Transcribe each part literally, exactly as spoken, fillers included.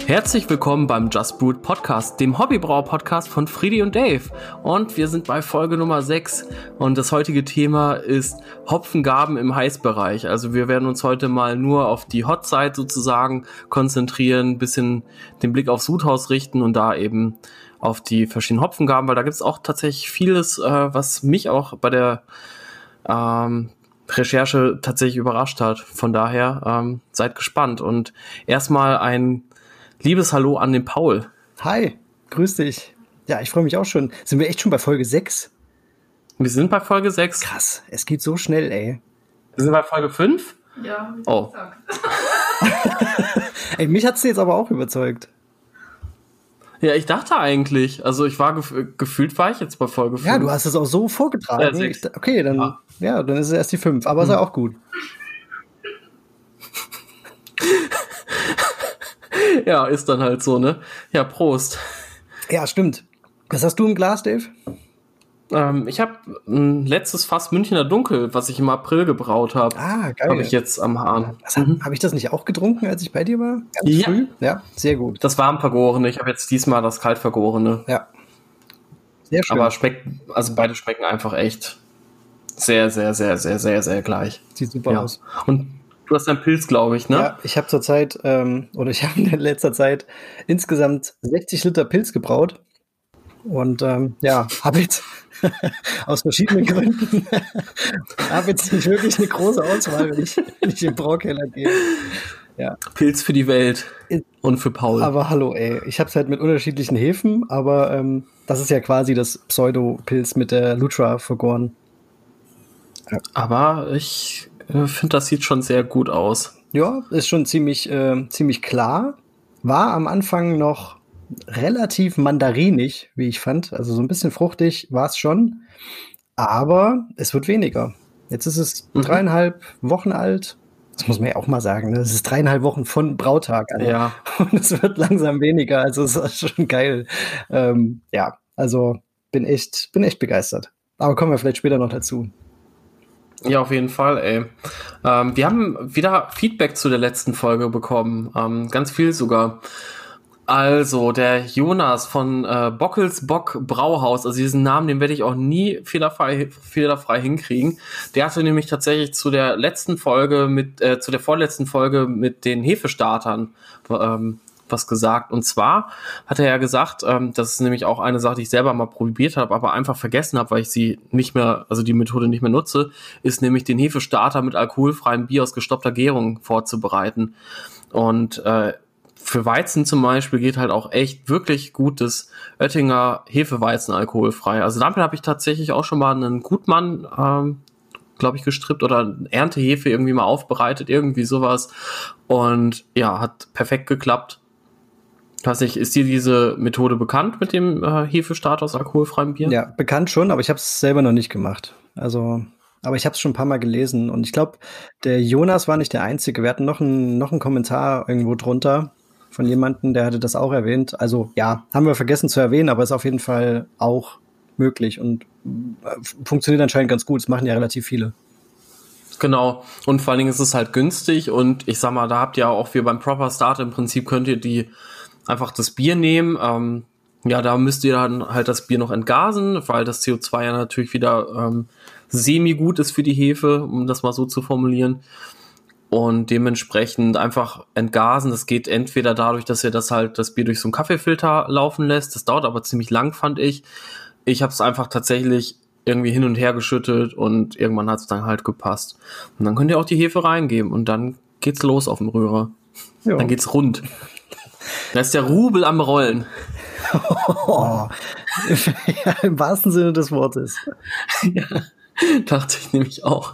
Herzlich willkommen beim Just Brewed Podcast, dem Hobbybrauer-Podcast von Friedi und Dave. Und wir sind bei Folge Nummer sechs. Und das heutige Thema ist Hopfengaben im Heißbereich. Also wir werden uns heute mal nur auf die Hot-Side sozusagen konzentrieren, ein bisschen den Blick aufs Sudhaus richten und da eben auf die verschiedenen Hopfengaben, weil da gibt es auch tatsächlich vieles, äh, was mich auch bei der ähm, Recherche tatsächlich überrascht hat. Von daher ähm, seid gespannt. Und erstmal ein liebes Hallo an den Paul. Hi, grüß dich. Ja, ich freue mich auch schon. Sind wir echt schon bei Folge sechs? Wir sind bei Folge sechs. Krass, es geht so schnell, ey. Wir sind bei Folge fünf? Ja, wie oh. gesagt. Ey, mich hat's jetzt aber auch überzeugt. Ja, ich dachte eigentlich, also ich war gef- gefühlt war ich jetzt bei Folge fünf. Ja, du hast es auch so vorgetragen. Ja, ich, okay, dann, ja. ja, dann ist es erst die fünf, aber hm. ist ja auch gut. Ja, ist dann halt so, ne? Ja, Prost. Ja, stimmt. Was hast du im Glas, Dave? Ähm, ich habe ein letztes Fass Münchner Dunkel, was ich im April gebraut habe. Ah, geil. Habe ich jetzt am Hahn. Mhm. Habe ich das nicht auch getrunken, als ich bei dir war? Ganz ja. früh? Ja, sehr gut. Das warm vergorene. Ich habe jetzt diesmal das kalt vergorene. Ja. Sehr schön. Aber schmeckt, also beide schmecken einfach echt sehr, sehr, sehr, sehr, sehr, sehr gleich. Sieht super ja. aus. Und du hast einen Pilz, glaube ich, ne? Ja, ich habe zurzeit, ähm, oder ich habe in letzter Zeit insgesamt sechzig Liter Pilz gebraut. Und ähm, ja, habe jetzt aus verschiedenen Gründen habe jetzt nicht wirklich eine große Auswahl, wenn ich, wenn ich im Braukeller gehe. Ja. Pilz für die Welt und für Paul. Aber hallo, ey, ich habe es halt mit unterschiedlichen Hefen, aber ähm, das ist ja quasi das Pseudo-Pilz mit der Lutra vergoren. Ja. Aber ich äh, finde, das sieht schon sehr gut aus. Ja, ist schon ziemlich, äh, ziemlich klar. War am Anfang noch relativ mandarinig, wie ich fand. Also so ein bisschen fruchtig war es schon. Aber es wird weniger. Jetzt ist es mhm. dreieinhalb Wochen alt. Das muss man ja auch mal sagen. Ne? Es ist dreieinhalb Wochen von Brautag. Also. Ja. Und es wird langsam weniger. Also es ist schon geil. Ähm, ja, also bin echt, bin echt begeistert. Aber kommen wir vielleicht später noch dazu. Ja, auf jeden Fall, ey. Ähm, wir haben wieder Feedback zu der letzten Folge bekommen. Ähm, ganz viel sogar. Also, der Jonas von äh, Bockels Bock Brauhaus, also diesen Namen, den werde ich auch nie fehlerfrei, fehlerfrei hinkriegen. Der hatte nämlich tatsächlich zu der letzten Folge mit, äh, zu der vorletzten Folge mit den Hefestartern ähm, was gesagt. Und zwar hat er ja gesagt, ähm, das ist nämlich auch eine Sache, die ich selber mal probiert habe, aber einfach vergessen habe, weil ich sie nicht mehr, also die Methode nicht mehr nutze, ist nämlich den Hefestarter mit alkoholfreiem Bier aus gestoppter Gärung vorzubereiten. Und äh, für Weizen zum Beispiel geht halt auch echt wirklich gutes Oettinger Hefeweizen alkoholfrei. Also damit habe ich tatsächlich auch schon mal einen Gutmann, ähm, glaube ich, gestrippt oder Erntehefe irgendwie mal aufbereitet, irgendwie sowas. Und ja, hat perfekt geklappt. Ich weiß nicht, ist dir diese Methode bekannt mit dem äh, Hefestarter aus alkoholfreiem Bier? Ja, bekannt schon, aber ich habe es selber noch nicht gemacht. Also, aber ich habe es schon ein paar Mal gelesen. Und ich glaube, der Jonas war nicht der Einzige. Wir hatten noch einen noch einen Kommentar irgendwo drunter von jemandem, der hatte das auch erwähnt. Also ja, haben wir vergessen zu erwähnen, aber ist auf jeden Fall auch möglich und funktioniert anscheinend ganz gut. Das machen ja relativ viele. Genau. Und vor allen Dingen ist es halt günstig und ich sag mal, da habt ihr auch wie beim Proper Start im Prinzip könnt ihr die einfach das Bier nehmen. Ähm, ja, da müsst ihr dann halt das Bier noch entgasen, weil das C O zwei ja natürlich wieder ähm, semi-gut ist für die Hefe, um das mal so zu formulieren. Und dementsprechend einfach entgasen. Das geht entweder dadurch, dass ihr das halt das Bier durch so einen Kaffeefilter laufen lässt. Das dauert aber ziemlich lang, fand ich. Ich habe es einfach tatsächlich irgendwie hin und her geschüttet und irgendwann hat es dann halt gepasst. Und dann könnt ihr auch die Hefe reingeben und dann geht's los auf dem Rührer. Jo. Dann geht's rund. Da ist der Rubel am Rollen. Oh. Ja, im wahrsten Sinne des Wortes. Ja, dachte ich nämlich auch.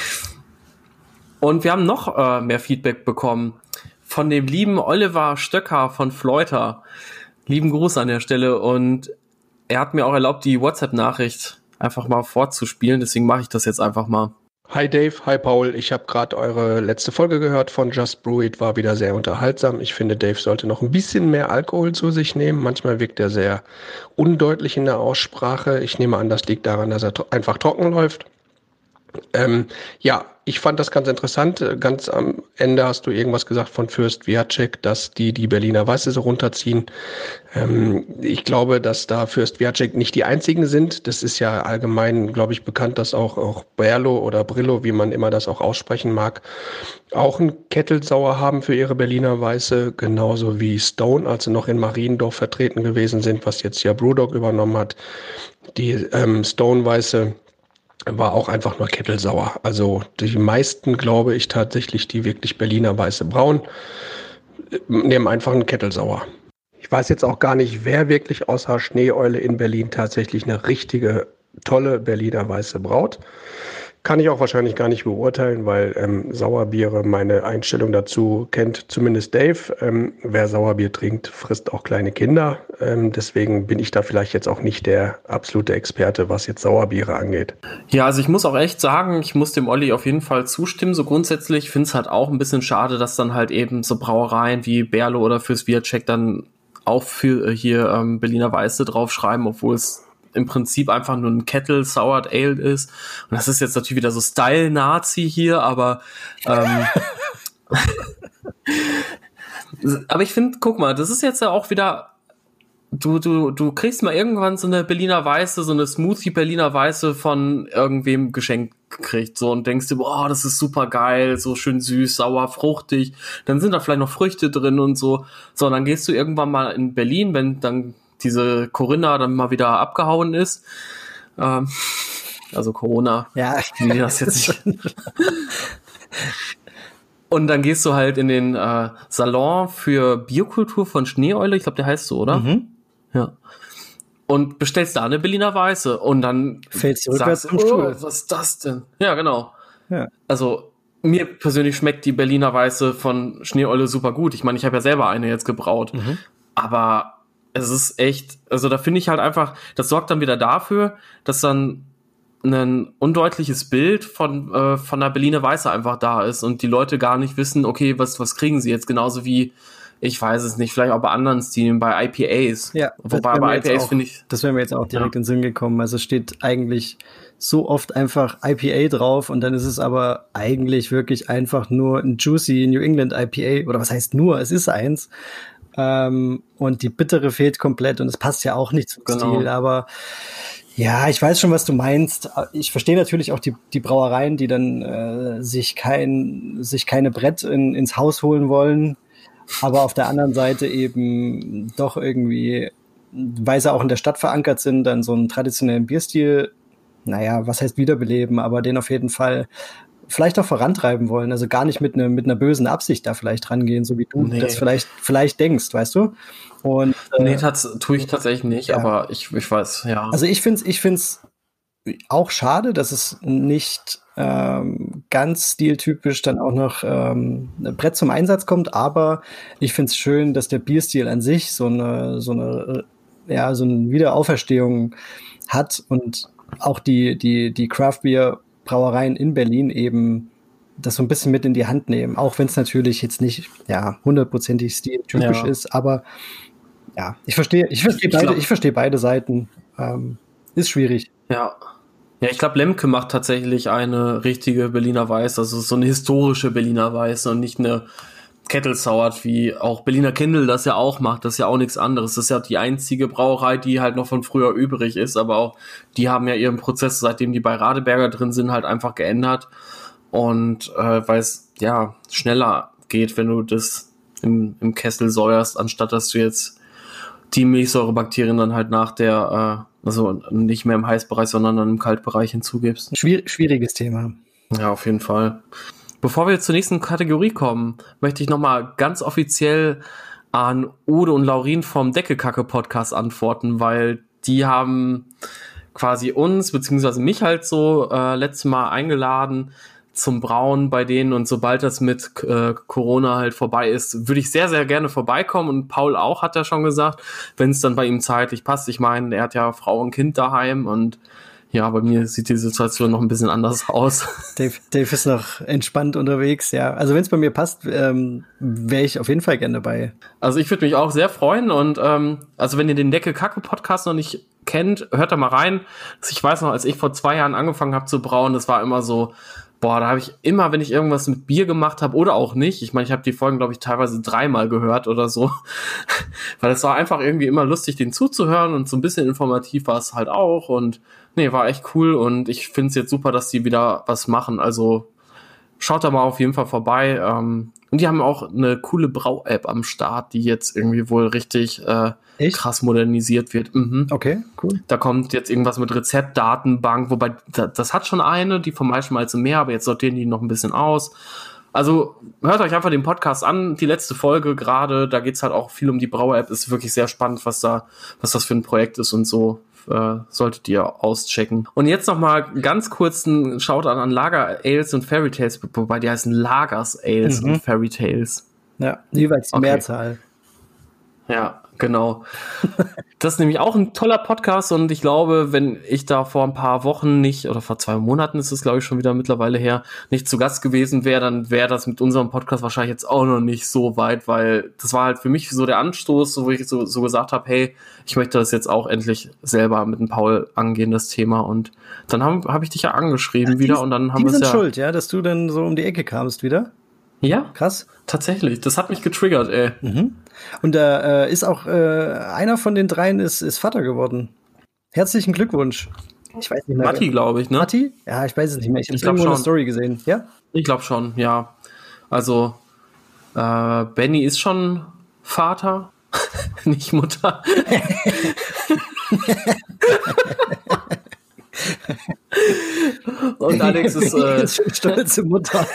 Und wir haben noch äh, mehr Feedback bekommen von dem lieben Oliver Stöcker von Fleuter. Lieben Gruß an der Stelle. Und er hat mir auch erlaubt, die WhatsApp-Nachricht einfach mal vorzuspielen. Deswegen mache ich das jetzt einfach mal. Hi Dave, hi Paul. Ich habe gerade eure letzte Folge gehört von Just Brew It. War wieder sehr unterhaltsam. Ich finde, Dave sollte noch ein bisschen mehr Alkohol zu sich nehmen. Manchmal wirkt er sehr undeutlich in der Aussprache. Ich nehme an, das liegt daran, dass er to- einfach trocken läuft. Ähm, ja, ich fand das ganz interessant. Ganz am Ende hast du irgendwas gesagt von Fürst Wiaczek, dass die die Berliner Weiße so runterziehen. Ähm, ich glaube, dass da Fürst Wiaczek nicht die einzigen sind. Das ist ja allgemein, glaube ich, bekannt, dass auch, auch Berlo oder Brillo, wie man immer das auch aussprechen mag, auch ein Kettelsauer haben für ihre Berliner Weiße, genauso wie Stone, als sie noch in Mariendorf vertreten gewesen sind, was jetzt ja Brewdog übernommen hat. Die ähm, Stone-Weiße war auch einfach nur kettelsauer. Also die meisten, glaube ich, tatsächlich, die wirklich Berliner Weiße brauen, nehmen einfach einen kettelsauer. Ich weiß jetzt auch gar nicht, wer wirklich außer Schneeeule in Berlin tatsächlich eine richtige, tolle Berliner Weiße braut. Kann ich auch wahrscheinlich gar nicht beurteilen, weil ähm, Sauerbiere, meine Einstellung dazu kennt zumindest Dave. Ähm, wer Sauerbier trinkt, frisst auch kleine Kinder. Ähm, deswegen bin ich da vielleicht jetzt auch nicht der absolute Experte, was jetzt Sauerbiere angeht. Ja, also ich muss auch echt sagen, ich muss dem Olli auf jeden Fall zustimmen. So grundsätzlich finde es halt auch ein bisschen schade, dass dann halt eben so Brauereien wie Berlo oder Fürst Wiaczek dann auch für hier ähm, Berliner Weiße draufschreiben, obwohl es im Prinzip einfach nur ein Kettle Soured Ale ist. Und das ist jetzt natürlich wieder so Style-Nazi hier, aber ähm, aber ich finde, guck mal, das ist jetzt ja auch wieder, du, du, du kriegst mal irgendwann so eine Berliner Weiße, so eine Smoothie Berliner Weiße von irgendwem geschenkt gekriegt, so, und denkst dir, boah, das ist super geil, so schön süß, sauer, fruchtig, dann sind da vielleicht noch Früchte drin und so. So, und dann gehst du irgendwann mal in Berlin, wenn dann diese Corinna dann mal wieder abgehauen ist. Ähm, also Corona. Ja. Wie das jetzt nicht. Und dann gehst du halt in den äh, Salon für Biokultur von Schneeeule, ich glaube, der heißt so, oder? Mhm. Ja. Und bestellst da eine Berliner Weiße und dann fällst du rückwärts sagst, vom Stuhl. oh, was ist das denn? Ja, genau. Ja. Also mir persönlich schmeckt die Berliner Weiße von Schneeeule super gut. Ich meine, ich habe ja selber eine jetzt gebraut. Mhm. Aber es ist echt, also da finde ich halt einfach, das sorgt dann wieder dafür, dass dann ein undeutliches Bild von äh, von der Berliner Weiße einfach da ist und die Leute gar nicht wissen, okay, was was kriegen sie jetzt, genauso wie, ich weiß es nicht, vielleicht auch bei anderen Stilen, bei I P As. Ja, wobei bei I P As finde ich... Das wäre mir jetzt auch direkt ja. in den Sinn gekommen. Also es steht eigentlich so oft einfach I P A drauf und dann ist es aber eigentlich wirklich einfach nur ein Juicy New England I P A, oder was heißt nur, es ist eins. Ähm, und die bittere fehlt komplett und es passt ja auch nicht zum genau. Stil, aber ja, ich weiß schon, was du meinst. Ich verstehe natürlich auch die, die Brauereien, die dann äh, sich kein sich keine Brett in, ins Haus holen wollen, aber auf der anderen Seite eben doch irgendwie, weil sie auch in der Stadt verankert sind, dann so einen traditionellen Bierstil, naja, was heißt wiederbeleben, aber den auf jeden Fall vielleicht auch vorantreiben wollen, also gar nicht mit, ne, mit einer bösen Absicht da vielleicht rangehen, so wie du nee. das vielleicht vielleicht denkst, weißt du? Und äh, nee, das tue ich tatsächlich nicht, ja. aber ich, ich weiß, ja. Also ich finde es ich find's auch schade, dass es nicht ähm, ganz stiltypisch dann auch noch ähm, ein Brett zum Einsatz kommt, aber ich finde es schön, dass der Bierstil an sich so eine so eine ja so eine Wiederauferstehung hat und auch die die die Craft Beer Brauereien in Berlin eben das so ein bisschen mit in die Hand nehmen, auch wenn es natürlich jetzt nicht ja hundertprozentig stiltypisch ja. ist, aber ja, ich verstehe, ich verstehe beide, glaub, ich verstehe beide Seiten. Ähm, ist schwierig. Ja, ja, ich glaube, Lemke macht tatsächlich eine richtige Berliner Weiße, also so eine historische Berliner Weiße und nicht eine Kettle Soured, wie auch Berliner Kindle das ja auch macht. Das ist ja auch nichts anderes. Das ist ja die einzige Brauerei, die halt noch von früher übrig ist, aber auch die haben ja ihren Prozess, seitdem die bei Radeberger drin sind, halt einfach geändert und äh, weil es ja schneller geht, wenn du das im, im Kessel säuerst, anstatt dass du jetzt die Milchsäurebakterien dann halt nach der, äh, also nicht mehr im Heißbereich, sondern dann im Kaltbereich hinzugibst. Schwier- schwieriges Thema. Ja, auf jeden Fall. Bevor wir zur nächsten Kategorie kommen, möchte ich nochmal ganz offiziell an Ude und Laurin vom Deckelkacke-Podcast antworten, weil die haben quasi uns, beziehungsweise mich halt so äh, letztes Mal eingeladen zum Brauen bei denen, und sobald das mit äh, Corona halt vorbei ist, würde ich sehr, sehr gerne vorbeikommen, und Paul auch, hat er schon gesagt, wenn es dann bei ihm zeitlich passt. Ich meine, er hat ja Frau und Kind daheim, und ja, bei mir sieht die Situation noch ein bisschen anders aus. Dave, Dave ist noch entspannt unterwegs, ja. Also wenn es bei mir passt, ähm, wäre ich auf jeden Fall gerne dabei. Also ich würde mich auch sehr freuen, und ähm, also wenn ihr den Deckelkacke-Podcast noch nicht kennt, kennt, hört da mal rein. Ich weiß noch, als ich vor zwei Jahren angefangen habe zu brauen, das war immer so, boah, da habe ich immer, wenn ich irgendwas mit Bier gemacht habe oder auch nicht, ich meine, ich habe die Folgen, glaube ich, teilweise dreimal gehört oder so, weil es war einfach irgendwie immer lustig, den zuzuhören und so ein bisschen informativ war es halt auch und nee, war echt cool und ich finde es jetzt super, dass die wieder was machen, also schaut da mal auf jeden Fall vorbei. Ähm, und die haben auch eine coole Brau-App am Start, die jetzt irgendwie wohl richtig äh, krass modernisiert wird. Mhm. Okay, cool. Da kommt jetzt irgendwas mit Rezeptdatenbank, wobei da, das hat schon eine, die vom Maischmalze mehr, aber jetzt sortieren die noch ein bisschen aus. Also hört euch einfach den Podcast an, die letzte Folge gerade, da geht's halt auch viel um die Brau-App, ist wirklich sehr spannend, was da, was das für ein Projekt ist und so. Äh, solltet ihr auschecken. Und jetzt noch mal ganz kurz einen Shoutout an Lager Ales und Fairy Tales, wobei die heißen Lagers Ales mhm. und Fairy Tales. Ja, jeweils die okay. Mehrzahl. Ja, genau. Das ist nämlich auch ein toller Podcast und ich glaube, wenn ich da vor ein paar Wochen nicht, oder vor zwei Monaten ist es, glaube ich, schon wieder mittlerweile her, nicht zu Gast gewesen wäre, dann wäre das mit unserem Podcast wahrscheinlich jetzt auch noch nicht so weit, weil das war halt für mich so der Anstoß, wo ich so, so gesagt habe, hey, ich möchte das jetzt auch endlich selber mit dem Paul angehen, das Thema. Und dann habe hab ich dich ja angeschrieben ja, wieder und dann haben wir es ja... Die sind schuld, ja, dass du dann so um die Ecke kamst wieder? Ja, krass. Tatsächlich, das hat mich getriggert, ey. Mhm. Und da äh, ist auch äh, einer von den dreien ist, ist Vater geworden. Herzlichen Glückwunsch. Ich weiß nicht mehr. Matti, glaube ich, ne? Matti? Ja, ich weiß es nicht mehr. Ich habe irgendwo eine Story gesehen. Ja? Ich glaube schon, ja. Also, äh, Benny ist schon Vater, nicht Mutter. Und Alex ist äh, stolze Mutter.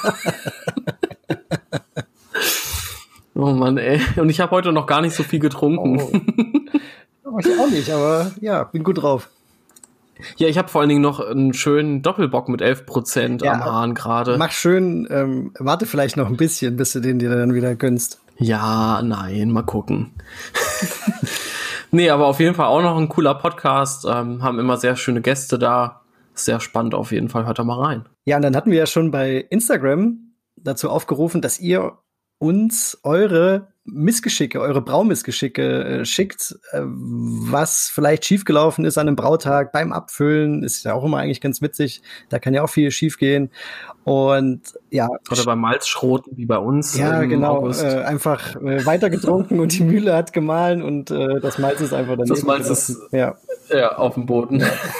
Oh Mann, ey. Und ich habe heute noch gar nicht so viel getrunken. Oh. Ich auch nicht, aber ja, bin gut drauf. Ja, ich habe vor allen Dingen noch einen schönen Doppelbock mit elf Prozent ja, am Hahn gerade. Mach schön, ähm, warte vielleicht noch ein bisschen, bis du den dir dann wieder gönnst. Ja, nein, mal gucken. Nee, aber auf jeden Fall auch noch ein cooler Podcast. Ähm, haben immer sehr schöne Gäste da. Sehr spannend auf jeden Fall. Hört da mal rein. Ja, und dann hatten wir ja schon bei Instagram dazu aufgerufen, dass ihr uns eure Missgeschicke, eure Braumissgeschicke äh, schickt, äh, was vielleicht schiefgelaufen ist an einem Brautag beim Abfüllen, ist ja auch immer eigentlich ganz witzig, da kann ja auch viel schiefgehen und ja. Oder beim Malzschroten, wie bei uns ja, im genau, August. Äh, einfach äh, weitergetrunken und die Mühle hat gemahlen und äh, das Malz ist einfach daneben. Das Malz ist ja. ja auf dem Boden.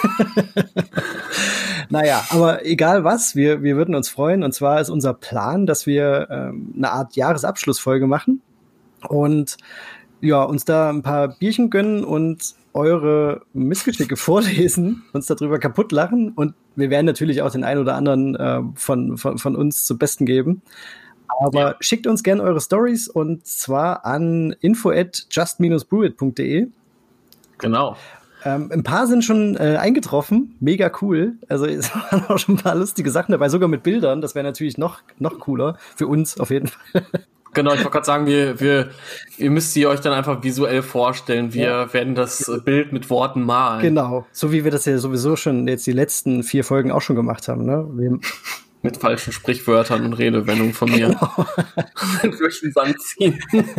Naja, aber egal was, wir, wir würden uns freuen. Und zwar ist unser Plan, dass wir ähm, eine Art Jahresabschlussfolge machen und ja, uns da ein paar Bierchen gönnen und eure Missgeschicke vorlesen, uns darüber kaputt lachen. Und wir werden natürlich auch den einen oder anderen äh, von, von, von uns zum Besten geben. Aber ja. Schickt uns gerne eure Stories und zwar an info at just dash brewit punkt de. Genau. Ähm, ein paar sind schon äh, eingetroffen, mega cool. Also es waren auch schon ein paar lustige Sachen dabei, sogar mit Bildern. Das wäre natürlich noch, noch cooler, für uns auf jeden Fall. Genau, ich wollte gerade sagen, wir, wir, ihr müsst sie euch dann einfach visuell vorstellen. Wir ja. werden das Bild mit Worten malen. Genau, so wie wir das ja sowieso schon jetzt die letzten vier Folgen auch schon gemacht haben. Ne? Wir mit falschen Sprichwörtern und Redewendungen von mir. Genau. Durch den Sand ziehen.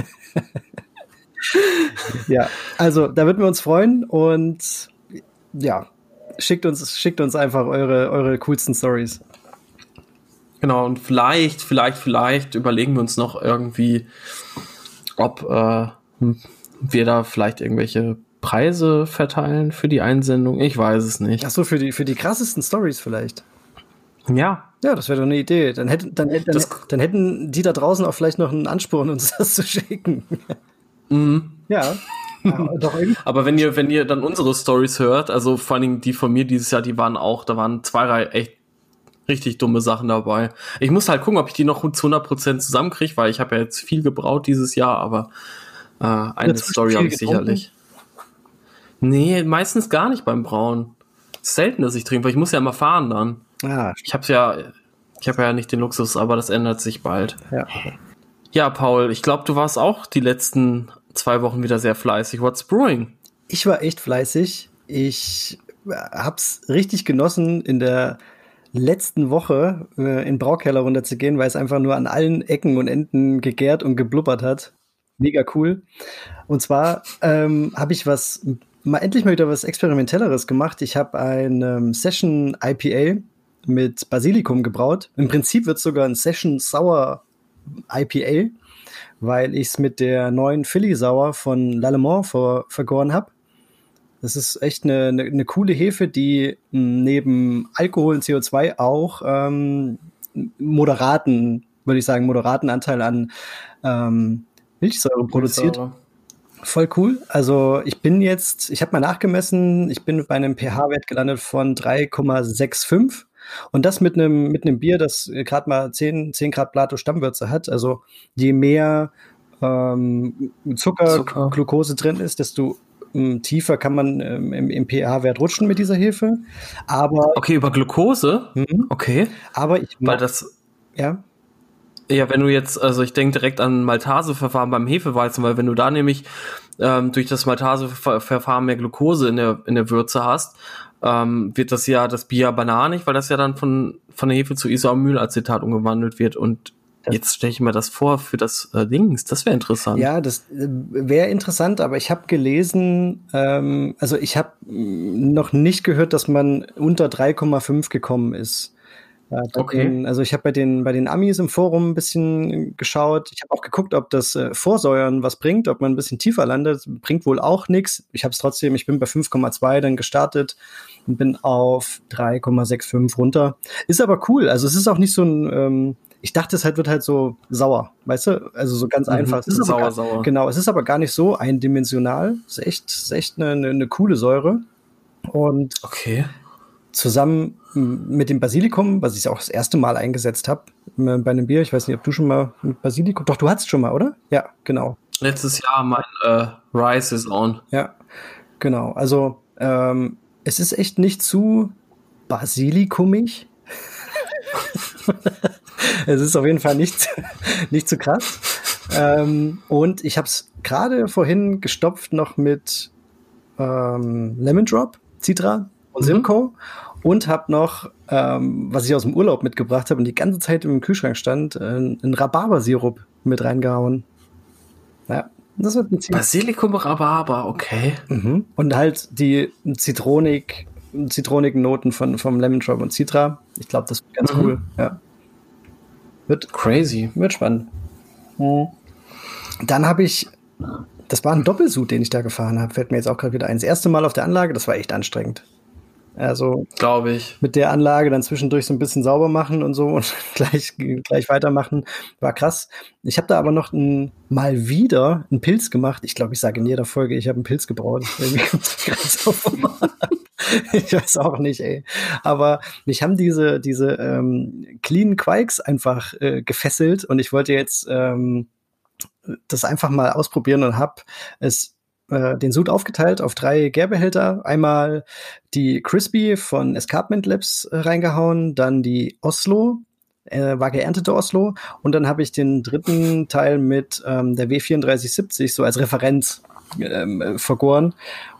Ja, also da würden wir uns freuen und ja, schickt uns, schickt uns einfach eure, eure coolsten Stories. Genau, und vielleicht, vielleicht, vielleicht überlegen wir uns noch irgendwie, ob äh, wir da vielleicht irgendwelche Preise verteilen für die Einsendung. Ich weiß es nicht. Ach so, für die, für die krassesten Stories vielleicht. Ja. Ja, das wäre doch eine Idee. Dann hätten, dann, dann, dann, dann hätten die da draußen auch vielleicht noch einen Ansporn, uns das zu schicken. Mhm. Ja. Aber, doch aber wenn ihr, wenn ihr dann unsere Stories hört, also vor allen Dingen die von mir dieses Jahr, die waren auch, da waren zwei Reihe echt richtig dumme Sachen dabei. Ich muss halt gucken, ob ich die noch zu hundert Prozent zusammenkriege, weil ich habe ja jetzt viel gebraut dieses Jahr, aber äh, eine ja, Story habe ich sicherlich. Nee, meistens gar nicht beim Brauen. Selten, dass ich trinke, weil ich muss ja immer fahren dann. Ah, ich hab's ja, ich habe ja nicht den Luxus, aber das ändert sich bald. Ja, ja Paul, ich glaube, du warst auch die letzten zwei Wochen wieder sehr fleißig. What's brewing? Ich war echt fleißig. Ich hab's richtig genossen, in der letzten Woche äh, in den Braukeller runterzugehen, weil es einfach nur an allen Ecken und Enden gegärt und geblubbert hat. Mega cool. Und zwar ähm, habe ich was mal endlich mal wieder was Experimentelleres gemacht. Ich habe ein ähm, Session I P A mit Basilikum gebraut. Im Prinzip wird es sogar ein Session Sour I P A, weil ich es mit der neuen Philly Sour von L'Allemand ver- vergoren habe. Das ist echt eine, eine, eine coole Hefe, die neben Alkohol und C O zwei auch ähm, moderaten, würde ich sagen, moderaten Anteil an ähm, Milchsäure produziert. Milchsäure. Voll cool. Also ich bin jetzt, ich habe mal nachgemessen, ich bin bei einem pH-Wert gelandet von drei Komma fünfundsechzig. Und das mit einem mit einem Bier, das gerade mal zehn Grad Plato Stammwürze hat. Also je mehr ähm, Zucker, Zucker. Glucose drin ist, desto ähm, tiefer kann man ähm, im, im pH-Wert rutschen mit dieser Hefe. Aber Okay, über Glucose? Mhm. Okay. aber ich Weil mag, das, ja, ja, wenn du jetzt, also ich denke direkt an Maltaseverfahren beim Hefeweizen, weil wenn du da nämlich ähm, durch das Maltaseverfahren mehr Glucose in der, in der Würze hast, ähm, wird das ja das Bier bananig, weil das ja dann von, von der Hefe zu Isoamylacetat umgewandelt wird. Und jetzt stelle ich mir das vor für das äh, Dings. Das wäre interessant. Ja, das äh, wäre interessant, aber ich habe gelesen, ähm, also ich habe noch nicht gehört, dass man unter drei Komma fünf gekommen ist. Ja, bei Okay. den, also ich habe bei den bei den Amis im Forum ein bisschen geschaut. Ich habe auch geguckt, ob das äh, Vorsäuern was bringt, ob man ein bisschen tiefer landet. Bringt wohl auch nichts. Ich habe es trotzdem, ich bin bei fünf Komma zwei dann gestartet und bin auf drei Komma fünfundsechzig runter. Ist aber cool. Also es ist auch nicht so ein, ähm, ich dachte, es halt wird halt so sauer, weißt du? Also so ganz Mhm. einfach. Es ist aber Sauer, gar, sauer. Genau, es ist aber gar nicht so eindimensional. Es ist echt, es ist echt eine, eine, eine coole Säure. Und Okay. zusammen mit dem Basilikum, was ich auch das erste Mal eingesetzt habe bei einem Bier. Ich weiß nicht, ob du schon mal mit Basilikum... Doch, du hattest schon mal, oder? Ja, genau. Letztes Jahr mein äh, Rice is on. Ja, genau. Also ähm, es ist echt nicht zu basilikumig. Es ist auf jeden Fall nicht, nicht zu krass. Ähm, und ich habe es gerade vorhin gestopft noch mit ähm, Lemon Drop, Citra und Mhm. Simcoe und habe noch, ähm, was ich aus dem Urlaub mitgebracht habe und die ganze Zeit im Kühlschrank stand, äh, einen Rhabarbersirup mit reingehauen. Ja, das wird ein ziemlich... Basilikum Rhabarber, okay. Mhm. Und halt die Zitronik, zitronigen Noten von, vom Lemon Drop und Citra. Ich glaube, das wird ganz Mhm. cool. Ja. Wird, Crazy. wird spannend. Mhm. Dann habe ich, das war ein Doppelsud, den ich da gefahren habe, fällt mir jetzt auch gerade wieder ein. Das erste Mal auf der Anlage, das war echt anstrengend. Also Glaube ich. mit der Anlage dann zwischendurch so ein bisschen sauber machen und so und gleich, gleich weitermachen, war krass. Ich habe da aber noch ein, mal wieder einen Pilz gemacht. Ich glaube, ich sage in jeder Folge, ich habe einen Pilz gebraut. Irgendwie kommt das gerade so vor. Ich weiß auch nicht, ey. Aber mich haben diese, diese ähm, Clean Quikes einfach äh, gefesselt und ich wollte jetzt ähm, das einfach mal ausprobieren und habe es äh, den Sud aufgeteilt auf drei Gärbehälter. Einmal die Crispy von Escarpment Labs äh, reingehauen, dann die Oslo, äh, war geerntete Oslo und dann habe ich den dritten Teil mit ähm, der W vierunddreißig siebzig so als Referenz ähm, äh, vergoren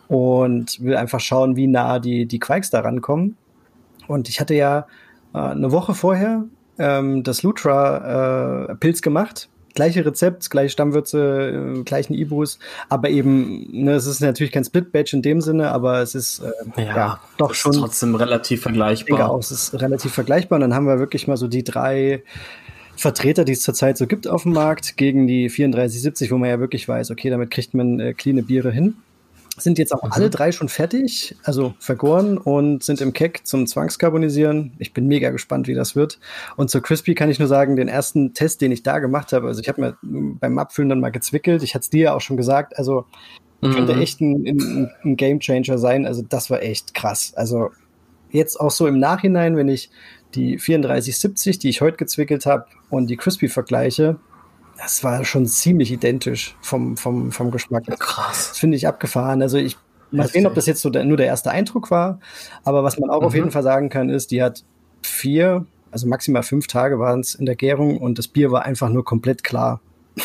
und will einfach schauen, wie nah die, die Quikes da rankommen. Und ich hatte ja äh, eine Woche vorher ähm, das Lutra äh, Pilz gemacht. Gleiche Rezept, gleiche Stammwürze, äh, gleichen Ibus, aber eben, ne, es ist natürlich kein Split-Batch in dem Sinne, aber es ist äh, Ja, ja doch ist schon, trotzdem relativ ich denke vergleichbar. auch, es ist relativ vergleichbar. Und dann haben wir wirklich mal so die drei Vertreter, die es zurzeit so gibt auf dem Markt, gegen die vierunddreißig siebzig, wo man ja wirklich weiß, okay, damit kriegt man äh, cleane Biere hin. Sind jetzt auch Mhm. alle drei schon fertig, also vergoren und sind im Keck zum Zwangskarbonisieren. Ich bin mega gespannt, wie das wird. Und zur Crispy kann ich nur sagen, den ersten Test, den ich da gemacht habe, also ich habe mir beim Abfüllen dann mal gezwickelt. Ich hatte es dir ja auch schon gesagt, also könnte Mhm. echt ein, ein, ein Gamechanger sein. Also das war echt krass. Also jetzt auch so im Nachhinein, wenn ich die vierunddreißig siebzig, die ich heute gezwickelt habe, und die Crispy vergleiche, das war schon ziemlich identisch vom, vom, vom Geschmack. Krass. Das finde ich abgefahren. Also ich mal sehen, ob das jetzt so der, nur der erste Eindruck war. Aber was man auch Mhm. auf jeden Fall sagen kann, ist, die hat vier, also maximal fünf Tage waren es in der Gärung und das Bier war einfach nur komplett klar.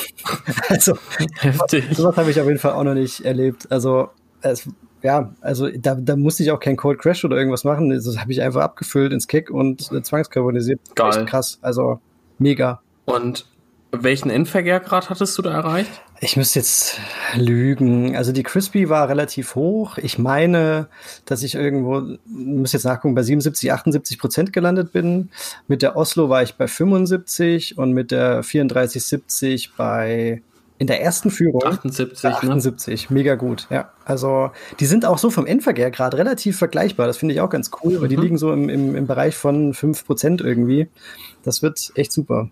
Also Heftig. sowas habe ich auf jeden Fall auch noch nicht erlebt. Also es, ja, also da, da musste ich auch kein Cold Crash oder irgendwas machen. Das habe ich einfach abgefüllt ins Keck und äh, zwangskarbonisiert. Geil. Echt krass. Also mega. Und welchen Endvergärgrad hattest du da erreicht? Ich müsste jetzt lügen. Also die Crispy war relativ hoch. Ich meine, dass ich irgendwo, muss jetzt nachgucken, bei siebenundsiebzig, achtundsiebzig Prozent gelandet bin. Mit der Oslo war ich bei fünfundsiebzig und mit der vierunddreißig siebzig bei, in der ersten Führung. achtundsiebzig, achtundsiebzig, ne? Mega gut, ja. Also die sind auch so vom Endverkehr gerade relativ vergleichbar. Das finde ich auch ganz cool, weil mhm. die liegen so im, im, im Bereich von fünf Prozent irgendwie. Das wird echt super.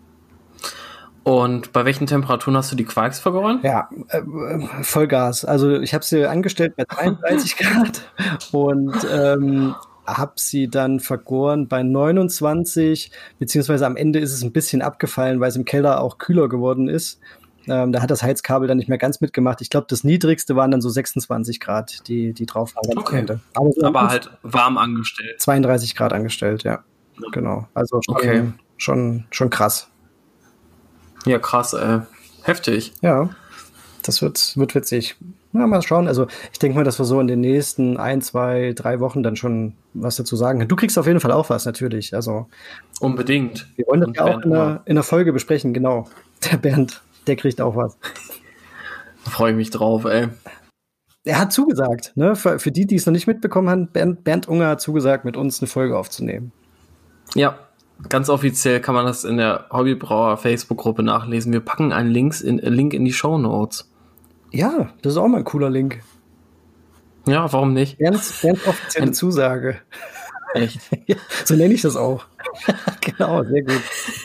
Und bei welchen Temperaturen hast du die Quarks vergoren? Ja, äh, Vollgas. Also ich habe sie angestellt bei dreiunddreißig Grad und ähm, habe sie dann vergoren bei neunundzwanzig, beziehungsweise am Ende ist es ein bisschen abgefallen, weil es im Keller auch kühler geworden ist. Ähm, da hat das Heizkabel dann nicht mehr ganz mitgemacht. Ich glaube, das niedrigste waren dann so sechsundzwanzig Grad, die, die drauf waren. Okay. Aber, so Aber halt warm angestellt. zweiunddreißig Grad angestellt, ja. ja. Genau. Also schon, okay. schon, schon krass. Ja, krass, ey. Heftig. Ja, das wird, wird witzig. Na, mal schauen. Also ich denke mal, dass wir so in den nächsten ein, zwei, drei Wochen dann schon was dazu sagen können. Du kriegst auf jeden Fall auch was, natürlich. Also unbedingt. Wir wollen das ja auch in einer, in einer Folge besprechen, genau. Der Bernd, der kriegt auch was. Da freue ich mich drauf, ey. Er hat zugesagt, ne? Für, für die, die es noch nicht mitbekommen haben, Bernd, Bernd Unger hat zugesagt, mit uns eine Folge aufzunehmen. Ja. Ganz offiziell kann man das in der Hobbybrauer Facebook-Gruppe nachlesen. Wir packen einen Links in, Link in die Shownotes. Ja, das ist auch mal ein cooler Link. Ja, warum nicht? Ganz, ganz offizielle ein Zusage. Echt? So nenne ich das auch. Genau, sehr gut.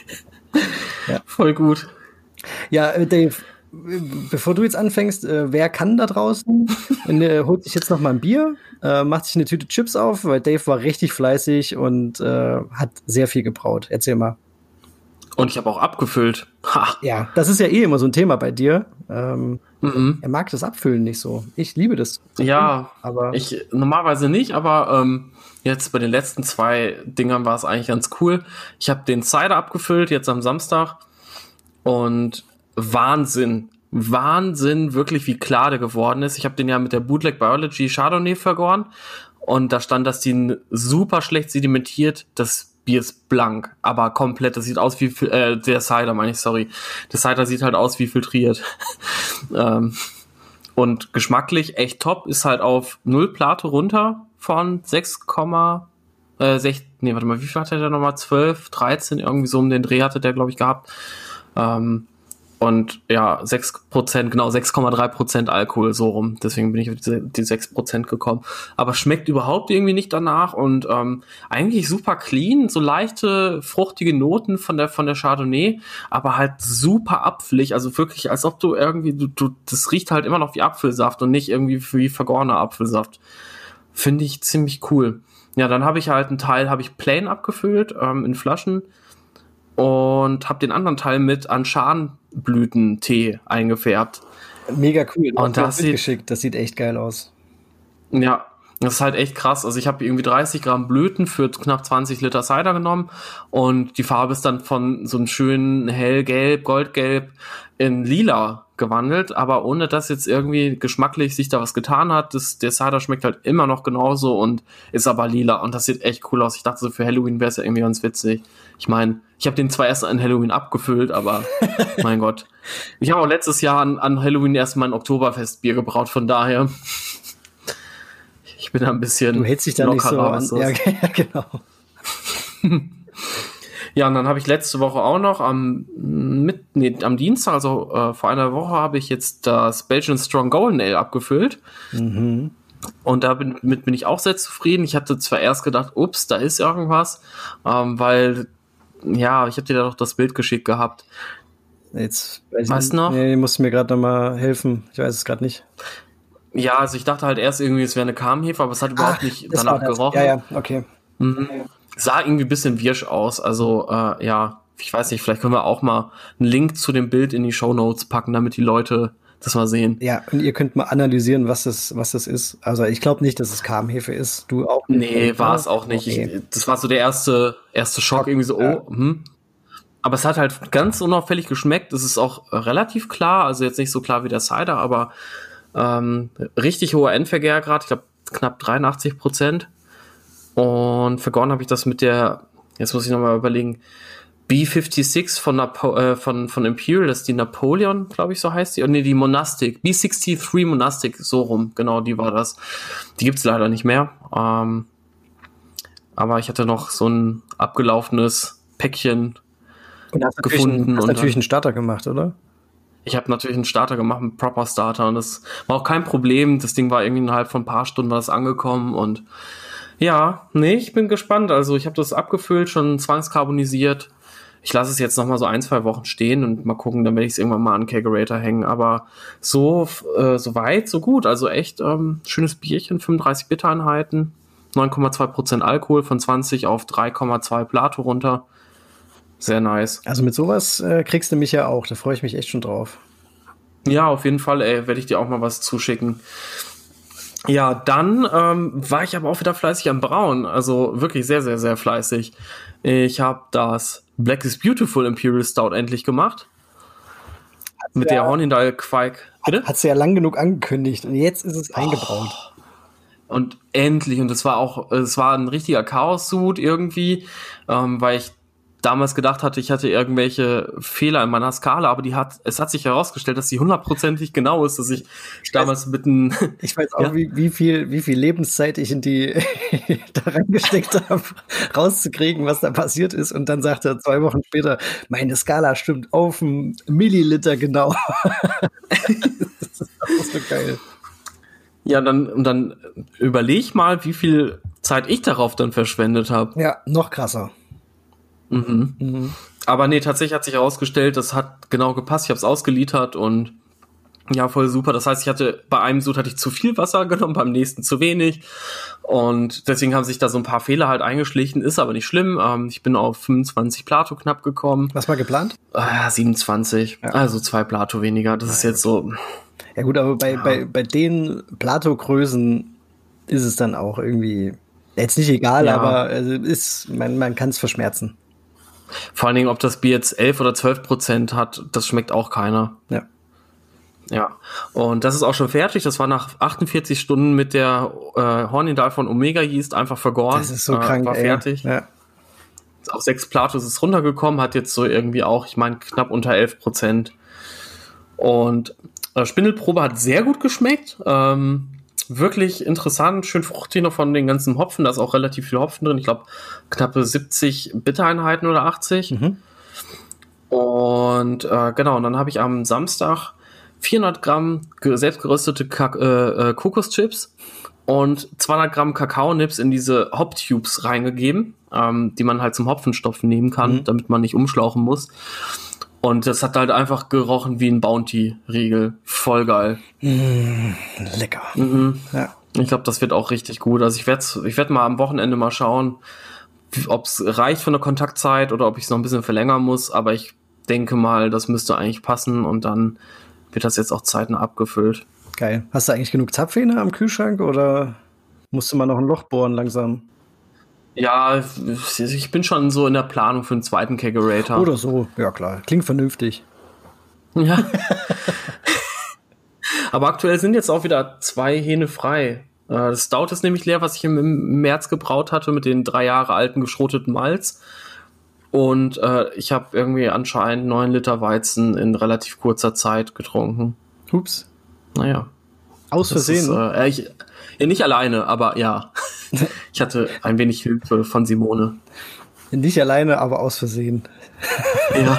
Ja. Voll gut. Ja, Dave, bevor du jetzt anfängst, äh, wer kann da draußen? äh, holt sich jetzt noch mal ein Bier, äh, macht sich eine Tüte Chips auf, weil Dave war richtig fleißig und äh, hat sehr viel gebraut. Erzähl mal. Und ich habe auch abgefüllt. Ha. Ja, das ist ja eh immer so ein Thema bei dir. Ähm, mhm. Er mag das Abfüllen nicht so. Ich liebe das. Ja, aber ich normalerweise nicht, aber ähm, jetzt bei den letzten zwei Dingern war es eigentlich ganz cool. Ich habe den Cider abgefüllt, jetzt am Samstag. Und Wahnsinn. Wahnsinn, wirklich, wie klar der geworden ist. Ich habe den ja mit der Bootleg Biology Chardonnay vergoren. Und da stand, dass die super schlecht sedimentiert. Das Bier ist blank, aber komplett. Das sieht aus wie, äh, der Cider, meine ich, sorry. Der Cider sieht halt aus wie filtriert. ähm, und geschmacklich echt top. Ist halt auf null Plate runter von sechs, äh, sechs, nee, warte mal, wie viel hatte der nochmal? zwölf, dreizehn, irgendwie so um den Dreh hatte der, glaube ich, gehabt. Ähm, und ja, sechs Prozent, genau, sechs Komma drei Prozent Alkohol, so rum. Deswegen bin ich auf die, die sechs Prozent gekommen. Aber schmeckt überhaupt irgendwie nicht danach und ähm, eigentlich super clean, so leichte, fruchtige Noten von der von der Chardonnay, aber halt super apfelig, also wirklich, als ob du irgendwie, du, du das riecht halt immer noch wie Apfelsaft und nicht irgendwie wie vergorener Apfelsaft. Finde ich ziemlich cool. Ja, dann habe ich halt einen Teil, habe ich plain abgefüllt, ähm, in Flaschen. Und habe den anderen Teil mit Anshan-Blütentee eingefärbt. Mega cool. Und das sieht, geschickt. Das sieht echt geil aus. Ja, das ist halt echt krass. Also ich habe irgendwie dreißig Gramm Blüten für knapp zwanzig Liter Cider genommen und die Farbe ist dann von so einem schönen hellgelb, goldgelb in lila gewandelt, aber ohne dass jetzt irgendwie geschmacklich sich da was getan hat. Das, der Cider schmeckt halt immer noch genauso und ist aber lila und das sieht echt cool aus. Ich dachte so, für Halloween wäre es ja irgendwie ganz witzig. Ich meine, ich habe den zwar erst an Halloween abgefüllt, aber mein Gott. Ich habe auch letztes Jahr an, an Halloween erst mein Oktoberfestbier gebraut, von daher ich bin da ein bisschen du hältst dich da nicht so an. Ja, ja, genau. Ja, und dann habe ich letzte Woche auch noch am mit, nee, am Dienstag, also äh, vor einer Woche, habe ich jetzt das Belgian Strong Golden Ale abgefüllt. Mhm. Und damit bin, bin ich auch sehr zufrieden. Ich hatte zwar erst gedacht, ups, da ist irgendwas, ähm, weil, ja, ich habe dir da doch das Bild geschickt gehabt. Jetzt weiß weißt du noch? Nee, musst du mir gerade noch mal helfen. Ich weiß es gerade nicht. Ja, also ich dachte halt erst irgendwie, es wäre eine Karmhefe, aber es hat überhaupt Ach, nicht danach gerochen. Ja, ja, okay. Mhm. Sah irgendwie ein bisschen wirsch aus. Also, äh, ja, ich weiß nicht, vielleicht können wir auch mal einen Link zu dem Bild in die Shownotes packen, damit die Leute das mal sehen. Ja, und ihr könnt mal analysieren, was das, was das ist. Also ich glaube nicht, dass es Karmhefe ist. Du auch nicht? Nee, war es auch nicht. Okay. Ich, das war so der erste, erste Schock, irgendwie so, oh, hm. Aber es hat halt ganz unauffällig geschmeckt. Es ist auch relativ klar, also jetzt nicht so klar wie der Cider, aber ähm, richtig hoher Endvergärgrad, ich glaube knapp dreiundachtzig Prozent. Und vergoren habe ich das mit der, jetzt muss ich nochmal überlegen, B fünfundsechzig von, Napo- äh, von, von Imperial, das ist die Napoleon, glaube ich, so heißt die. Und nee, die Monastic. B dreiundsechzig Monastic, so rum. Genau, die war das. Die gibt's leider nicht mehr. Ähm, aber ich hatte noch so ein abgelaufenes Päckchen und hast gefunden. Einen, hast und natürlich dann, einen Starter gemacht, oder? Ich habe natürlich einen Starter gemacht, einen Proper Starter. Und das war auch kein Problem. Das Ding war irgendwie innerhalb von ein paar Stunden war das angekommen. Und ja, nee, ich bin gespannt. Also ich habe das abgefüllt, schon zwangskarbonisiert. Ich lasse es jetzt noch mal so ein, zwei Wochen stehen und mal gucken, dann werde ich es irgendwann mal an Kegerator hängen. Aber so, äh, so weit, so gut. Also echt ähm, schönes Bierchen, fünfunddreißig Bittereinheiten, neun Komma zwei Prozent Alkohol, von zwanzig auf drei Komma zwei Plato runter. Sehr nice. Also mit sowas äh, kriegst du mich ja auch. Da freue ich mich echt schon drauf. Ja, auf jeden Fall, ey, werde ich dir auch mal was zuschicken. Ja, dann ähm, war ich aber auch wieder fleißig am Brauen. Also wirklich sehr, sehr, sehr fleißig. Ich habe das Black is Beautiful Imperial Stout endlich gemacht. Hat's mit ja, der Hornindal Quake. Bitte? Hat sie ja lang genug angekündigt und jetzt ist es oh. eingebraut. Und endlich, und es war auch, es war ein richtiger Chaos-Sud irgendwie, ähm, weil ich damals gedacht hatte, ich hatte irgendwelche Fehler in meiner Skala, aber die hat, es hat sich herausgestellt, dass die hundertprozentig genau ist, dass ich, ich damals weiß, mit einem... Ich weiß auch, ja? wie, wie viel, wie viel Lebenszeit ich in die, da reingesteckt habe, rauszukriegen, was da passiert ist, und dann sagte er zwei Wochen später, meine Skala stimmt auf einen Milliliter genau. Das ist auch so geil. Ja, dann, und dann überleg mal, wie viel Zeit ich darauf dann verschwendet habe. Ja, noch krasser. Mhm. Mhm. Aber nee, tatsächlich hat sich herausgestellt, das hat genau gepasst. Ich habe es ausgeliefert und ja, voll super. Das heißt, ich hatte bei einem Sud hatte ich zu viel Wasser genommen, beim nächsten zu wenig. Und deswegen haben sich da so ein paar Fehler halt eingeschlichen. Ist aber nicht schlimm. Ähm, ich bin auf fünfundzwanzig Plato knapp gekommen. Was war geplant? Äh, siebenundzwanzig. Ja. Also zwei Plato weniger. Das ja, ist jetzt so. Ja gut, aber bei, ja. bei, bei den Plato-Größen ist es dann auch irgendwie jetzt nicht egal, ja. aber also ist, man, man kann es verschmerzen. Vor allen Dingen, ob das Bier jetzt elf oder zwölf Prozent hat, das schmeckt auch keiner. Ja. Ja. Und das ist auch schon fertig. Das war nach achtundvierzig Stunden mit der äh, Hornindal von Omega Yeast einfach vergoren. Das ist so äh, krank, war fertig. Ja. Auf sechs Platos ist es runtergekommen, hat jetzt so irgendwie auch, ich meine, knapp unter elf Prozent. Und äh, Spindelprobe hat sehr gut geschmeckt. Ähm, wirklich interessant, schön fruchtig noch von den ganzen Hopfen. Da ist auch relativ viel Hopfen drin. Ich glaube, knappe siebzig Bittereinheiten oder achtzig. Mhm. Und äh, genau, und dann habe ich am Samstag vierhundert Gramm selbstgeröstete Kak- äh, äh, Kokoschips und zweihundert Gramm Kakaonips in diese Hop-Tubes reingegeben, ähm, die man halt zum Hopfenstopfen nehmen kann, mhm. damit man nicht umschlauchen muss. Und das hat halt einfach gerochen wie ein Bounty-Riegel. Voll geil. Mm, lecker. Mhm. Ja. Ich glaube, das wird auch richtig gut. Also ich werde ich werd mal am Wochenende mal schauen, ob es reicht von der Kontaktzeit oder ob ich es noch ein bisschen verlängern muss. Aber ich denke mal, das müsste eigentlich passen und dann wird das jetzt auch zeitnah abgefüllt. Geil. Hast du eigentlich genug Zapfhähne am Kühlschrank oder musst du mal noch ein Loch bohren langsam? Ja, ich bin schon so in der Planung für einen zweiten Kegerator. Oder so, ja klar. Klingt vernünftig. Ja. Aber aktuell sind jetzt auch wieder zwei Hähne frei. Das Stout ist nämlich leer, was ich im März gebraut hatte mit den drei Jahre alten geschroteten Malz. Und äh, ich habe irgendwie anscheinend neun Liter Weizen in relativ kurzer Zeit getrunken. Ups. Naja. Aus Versehen? Ist, äh, ich, ja, nicht alleine, aber ja. Ich hatte ein wenig Hilfe von Simone. Nicht alleine, aber aus Versehen. Ja.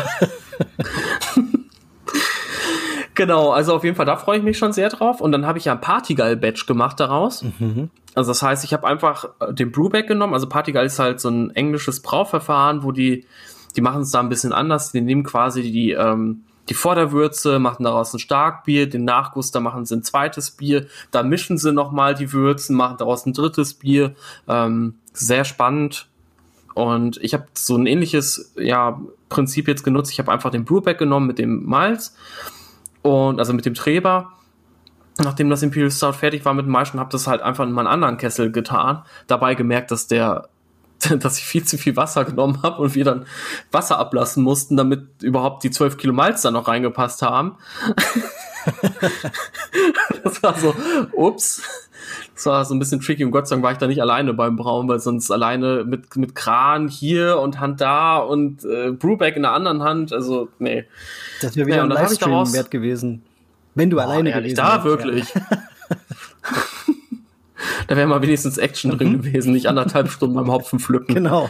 Genau, also auf jeden Fall, da freue ich mich schon sehr drauf. Und dann habe ich ja ein Partygal-Batch gemacht daraus. Mhm. Also das heißt, ich habe einfach den Brewback genommen. Also Partygal ist halt so ein englisches Brauverfahren, wo die, die machen es da ein bisschen anders. Die nehmen quasi die, ähm, die Vorderwürze, machen daraus ein Starkbier, den Nachguss, da machen sie ein zweites Bier, da mischen sie nochmal die Würzen, machen daraus ein drittes Bier. Ähm, sehr spannend. Und ich habe so ein ähnliches ja, Prinzip jetzt genutzt. Ich habe einfach den Brewback genommen mit dem Malz und also mit dem Treber. Nachdem das Imperial Stout fertig war mit dem Malz, habe das halt einfach in meinen anderen Kessel getan. Dabei gemerkt, dass der dass ich viel zu viel Wasser genommen habe und wir dann Wasser ablassen mussten, damit überhaupt die zwölf Kilo Malz da noch reingepasst haben. Das war so, ups. Das war so ein bisschen tricky und Gott sei Dank war ich da nicht alleine beim Brauen, weil sonst alleine mit, mit Kran hier und Hand da und äh, Brewback in der anderen Hand, also nee. Das wäre wieder ja, ein Livestream daraus, wert gewesen, wenn du oh, alleine ehrlich, gewesen wärst. Da wirklich. Ja. Da wäre mal wenigstens Action drin mhm. gewesen, nicht anderthalb Stunden beim Hopfen pflücken. Genau.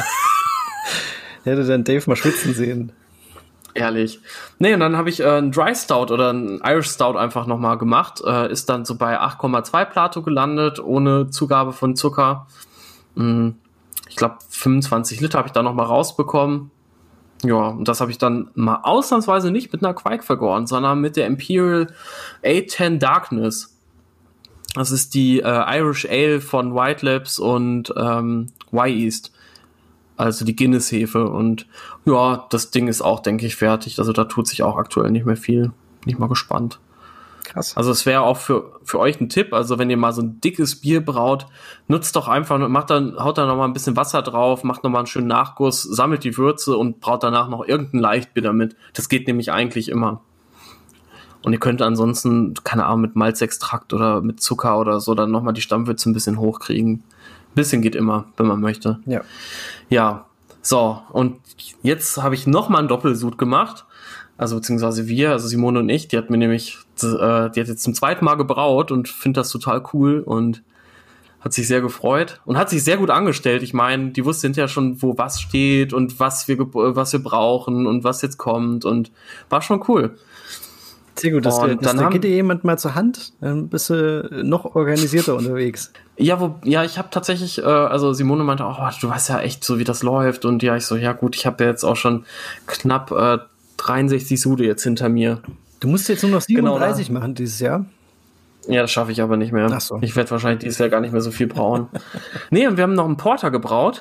Hätte dann Dave mal schwitzen sehen. Ehrlich. Nee, und dann habe ich äh, einen Dry Stout oder einen Irish Stout einfach nochmal gemacht. Äh, ist dann so bei acht Komma zwei Plato gelandet, ohne Zugabe von Zucker. Hm, ich glaube, fünfundzwanzig Liter habe ich da nochmal rausbekommen. Ja, und das habe ich dann mal ausnahmsweise nicht mit einer Quake vergoren, sondern mit der Imperial A zehn Darkness. Das ist die äh, Irish Ale von White Labs und ähm, Y-East. Also die Guinness-Hefe. Und ja, das Ding ist auch, denke ich, fertig. Also da tut sich auch aktuell nicht mehr viel. Bin ich mal gespannt. Krass. Also es wäre auch für für euch ein Tipp. Also wenn ihr mal so ein dickes Bier braut, nutzt doch einfach, macht dann, haut da noch mal ein bisschen Wasser drauf, macht noch mal einen schönen Nachguss, sammelt die Würze und braut danach noch irgendein Leichtbier damit. Das geht nämlich eigentlich immer. Und ihr könnt ansonsten, keine Ahnung, mit Malzextrakt oder mit Zucker oder so dann nochmal die Stammwürze ein bisschen hochkriegen. Ein bisschen geht immer, wenn man möchte. Ja. Ja, so. Und jetzt habe ich nochmal einen Doppelsud gemacht. Also beziehungsweise wir, also Simone und ich, die hat mir nämlich, äh, die hat jetzt zum zweiten Mal gebraut und findet das total cool und hat sich sehr gefreut und hat sich sehr gut angestellt. Ich meine, die wusste hinterher schon, wo was steht und was wir, was wir brauchen und was jetzt kommt und war schon cool. Sehr gut, dass, und du, dass dann da haben, geht dir jemand mal zur Hand, dann bist du noch organisierter unterwegs. Ja, wo, ja, ich habe tatsächlich, äh, also Simone meinte auch, oh, du weißt ja echt so, wie das läuft. Und ja, ich so, ja gut, ich habe ja jetzt auch schon knapp äh, dreiundsechzig Sude jetzt hinter mir. Du musst jetzt nur noch siebenunddreißig genau, machen dieses Jahr. Ja, das schaffe ich aber nicht mehr. Ach so. Ich werde wahrscheinlich dieses Jahr gar nicht mehr so viel brauen. Nee, und wir haben noch einen Porter gebraut.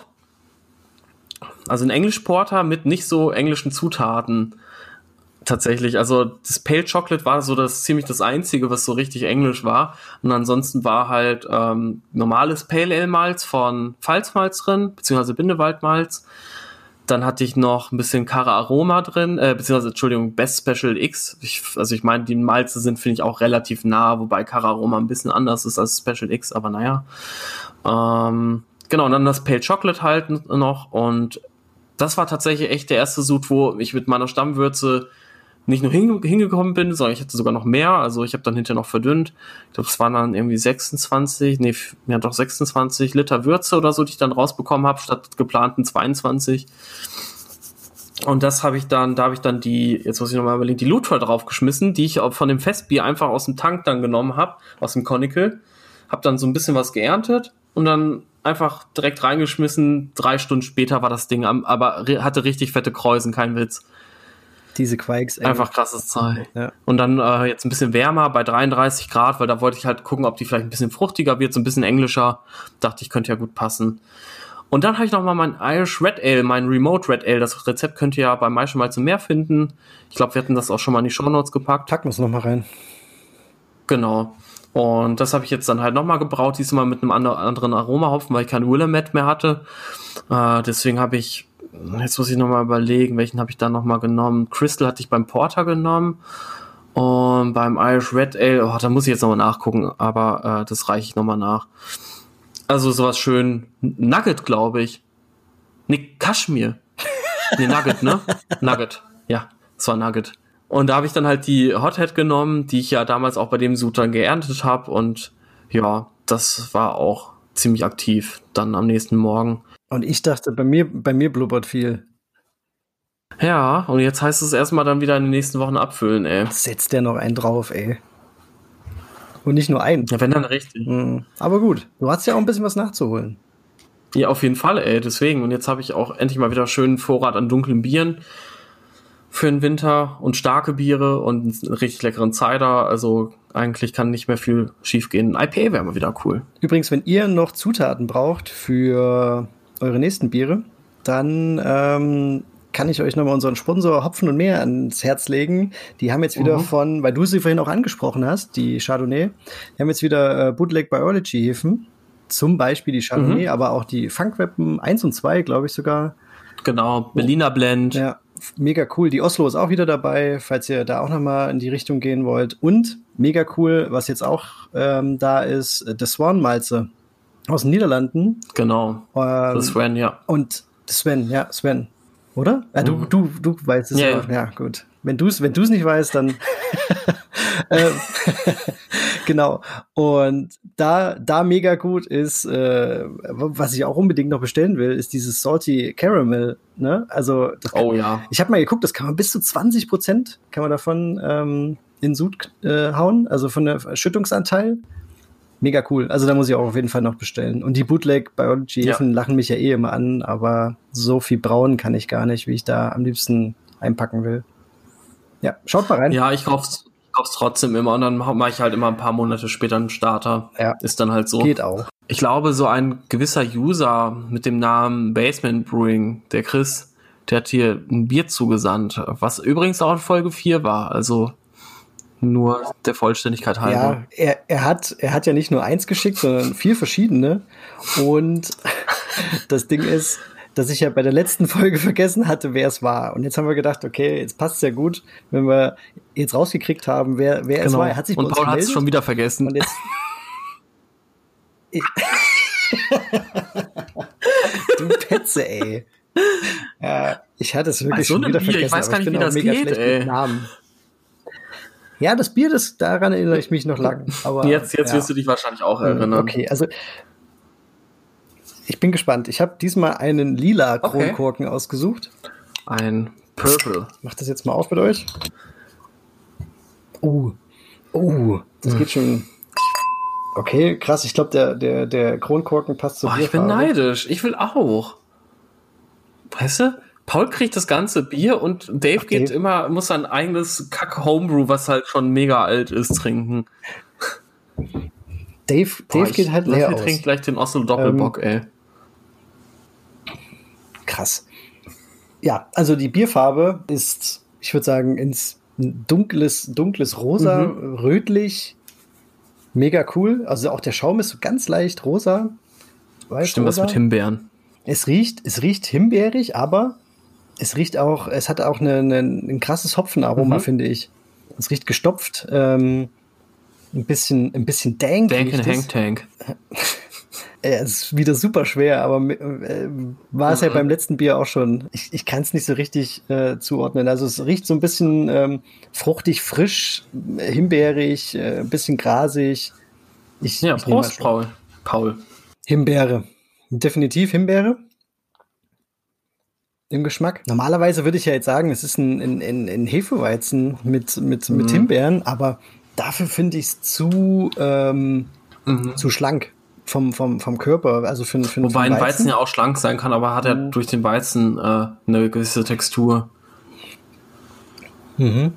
Also einen Englisch-Porter mit nicht so englischen Zutaten. Tatsächlich, also das Pale Chocolate war so das ziemlich das Einzige, was so richtig englisch war. Und ansonsten war halt ähm, normales Pale Ale Malz von Pfalzmalz drin, beziehungsweise Bindewaldmalz. Dann hatte ich noch ein bisschen Cara Aroma drin, äh, beziehungsweise, Entschuldigung, Best Special X. Ich, also ich meine, die Malze sind, finde ich, auch relativ nah, wobei Cara Aroma ein bisschen anders ist als Special X, aber naja. Ähm, genau, und dann das Pale Chocolate halt noch. Und das war tatsächlich echt der erste Sud, wo ich mit meiner Stammwürze nicht nur hingekommen bin, sondern ich hatte sogar noch mehr. Also ich habe dann hinterher noch verdünnt. Ich glaube, es waren dann irgendwie sechsundzwanzig, nee, ja doch sechsundzwanzig Liter Würze oder so, die ich dann rausbekommen habe, statt geplanten zweiundzwanzig. Und das habe ich dann, da habe ich dann die, jetzt muss ich nochmal überlegen, die Lutra draufgeschmissen, die ich auch von dem Festbier einfach aus dem Tank dann genommen habe, aus dem Conical. Habe dann so ein bisschen was geerntet und dann einfach direkt reingeschmissen. Drei Stunden später war das Ding, am, aber hatte richtig fette Kräusen, kein Witz. Diese Quikes. Einfach krasses Zeug. Ja. Und dann äh, jetzt ein bisschen wärmer bei dreiunddreißig Grad, weil da wollte ich halt gucken, ob die vielleicht ein bisschen fruchtiger wird, so ein bisschen englischer. Dachte ich, könnte ja gut passen. Und dann habe ich nochmal mein Irish Red Ale, mein Remote Red Ale. Das Rezept könnt ihr ja bei Maischemalze mehr finden. Ich glaube, wir hatten das auch schon mal in die Shownotes gepackt. Packen wir es nochmal rein. Genau. Und das habe ich jetzt dann halt nochmal gebraut, diesmal mit einem anderen Aromahopfen, weil ich keinen Willamette mehr hatte. Äh, deswegen habe ich Jetzt muss ich nochmal überlegen, welchen habe ich da nochmal genommen. Crystal hatte ich beim Porter genommen. Und beim Irish Red Ale, oh, da muss ich jetzt nochmal nachgucken, aber äh, das reiche ich nochmal nach. Also sowas schön Nugget, glaube ich. Nee, Kaschmir. Nee, Nugget, ne? Nugget. Ja, das war Nugget. Und da habe ich dann halt die Hothead genommen, die ich ja damals auch bei dem Sud dann geerntet habe. Und ja, das war auch ziemlich aktiv dann am nächsten Morgen. Und ich dachte, bei mir, bei mir blubbert viel. Ja, und jetzt heißt es erstmal dann wieder in den nächsten Wochen abfüllen, ey. Setzt der noch einen drauf, ey. Und nicht nur einen. Ja, wenn dann richtig. Mhm. Aber gut, du hast ja auch ein bisschen was nachzuholen. Ja, auf jeden Fall, ey, deswegen. Und jetzt habe ich auch endlich mal wieder schönen Vorrat an dunklen Bieren für den Winter und starke Biere und einen richtig leckeren Cider. Also eigentlich kann nicht mehr viel schief gehen. Ein I P A wäre mal wieder cool. Übrigens, wenn ihr noch Zutaten braucht für eure nächsten Biere, dann ähm, kann ich euch nochmal unseren Sponsor Hopfen und Meer ans Herz legen. Die haben jetzt wieder mhm. von, weil du sie vorhin auch angesprochen hast, die Chardonnay, die haben jetzt wieder äh, Bootleg Biology Hefen, zum Beispiel die Chardonnay, mhm. aber auch die Funkweapon eins und zwei, glaube ich sogar. Genau, Berliner Blend. Ja, mega cool. Die Oslo ist auch wieder dabei, falls ihr da auch nochmal in die Richtung gehen wollt. Und mega cool, was jetzt auch ähm, da ist, The Swan Malze aus den Niederlanden. Genau. Ähm, das Sven, ja. Und Sven, ja, Sven. Oder? Ja, du, Mhm. du, du weißt es. Ja, ja, ja, gut. Wenn du es wenn du's nicht weißt, dann ähm, genau. Und da, da mega gut ist, äh, was ich auch unbedingt noch bestellen will, ist dieses Salty Caramel. Ne? Also das kann, Oh ja. ich habe mal geguckt, das kann man bis zu zwanzig Prozent kann man davon ähm, in Sud äh, hauen, also von der Schüttungsanteil. Mega cool. Also da muss ich auch auf jeden Fall noch bestellen. Und die Bootleg Biology-Hefen ja. lachen mich ja eh immer an, aber so viel brauen kann ich gar nicht, wie ich da am liebsten einpacken will. Ja, schaut mal rein. Ja, ich kauf's, kauf's trotzdem immer und dann mache ich halt immer ein paar Monate später einen Starter. Ja. Ist dann halt so. Geht auch. Ich glaube, so ein gewisser User mit dem Namen Basement Brewing, der Chris, der hat hier ein Bier zugesandt, was übrigens auch in Folge vier war. Also nur der Vollständigkeit halber. Ja, er, er, hat, er hat ja nicht nur eins geschickt, sondern vier verschiedene. Und das Ding ist, dass ich ja bei der letzten Folge vergessen hatte, wer es war. Und jetzt haben wir gedacht, okay, jetzt passt es ja gut, wenn wir jetzt rausgekriegt haben, wer, wer genau. es war. Er hat sich bei Und uns Paul hat es gemeldet. schon wieder vergessen. Und jetzt du Petze, ey. Ja, ich hatte es wirklich so schon wieder Bier, vergessen. ich weiß gar nicht, ich bin wie das mega geht, schlecht ey. mit Namen. Ja, das Bier, das, daran erinnere ich mich noch lang. Aber, jetzt jetzt ja. wirst du dich wahrscheinlich auch erinnern. Okay, also ich bin gespannt. Ich habe diesmal einen lila Kronkorken okay. ausgesucht. Ein Purple. Ich mach das jetzt mal auf mit euch. Oh, oh, das hm. geht schon. Okay, krass. Ich glaube, der, der, der Kronkorken passt zur oh, ich bin neidisch. Ich will auch. Weißt du? Paul kriegt das ganze Bier und Dave Ach, geht Dave. immer, muss sein eigenes Kack-Homebrew, was halt schon mega alt ist, trinken. Dave, Dave Boah, geht halt leer aus. Ich trinke gleich den Oslo Doppelbock, ähm, ey. Krass. Ja, also die Bierfarbe ist, ich würde sagen, ins dunkles, dunkles Rosa, mhm. rötlich, mega cool. Also auch der Schaum ist so ganz leicht rosa. Weiß, Stimmt, rosa. Was mit Himbeeren. Es riecht, es riecht himbeerig, aber es riecht auch, es hat auch eine, eine, ein krasses Hopfenaroma, mhm. finde ich. Es riecht gestopft, ähm, ein bisschen, ein bisschen dank. Dank in Hank Tank. Ja, es ist wieder super schwer, aber äh, war es mhm. ja beim letzten Bier auch schon. Ich, ich kann es nicht so richtig äh, zuordnen. Also es riecht so ein bisschen ähm, fruchtig, frisch, äh, himbeerig, äh, ein bisschen grasig. Ich, ja, ich Prost, Paul. Paul. Himbeere. Definitiv Himbeere. Im Geschmack. Normalerweise würde ich ja jetzt sagen, es ist ein, ein, ein, ein Hefeweizen mit, mit, mhm. mit Himbeeren, aber dafür finde ich es zu, ähm, mhm. zu schlank. Vom, vom, vom Körper, also für, für Wobei ein Weizen. Weizen ja auch schlank sein kann, aber hat er mhm. durch den Weizen äh, eine gewisse Textur. Mhm.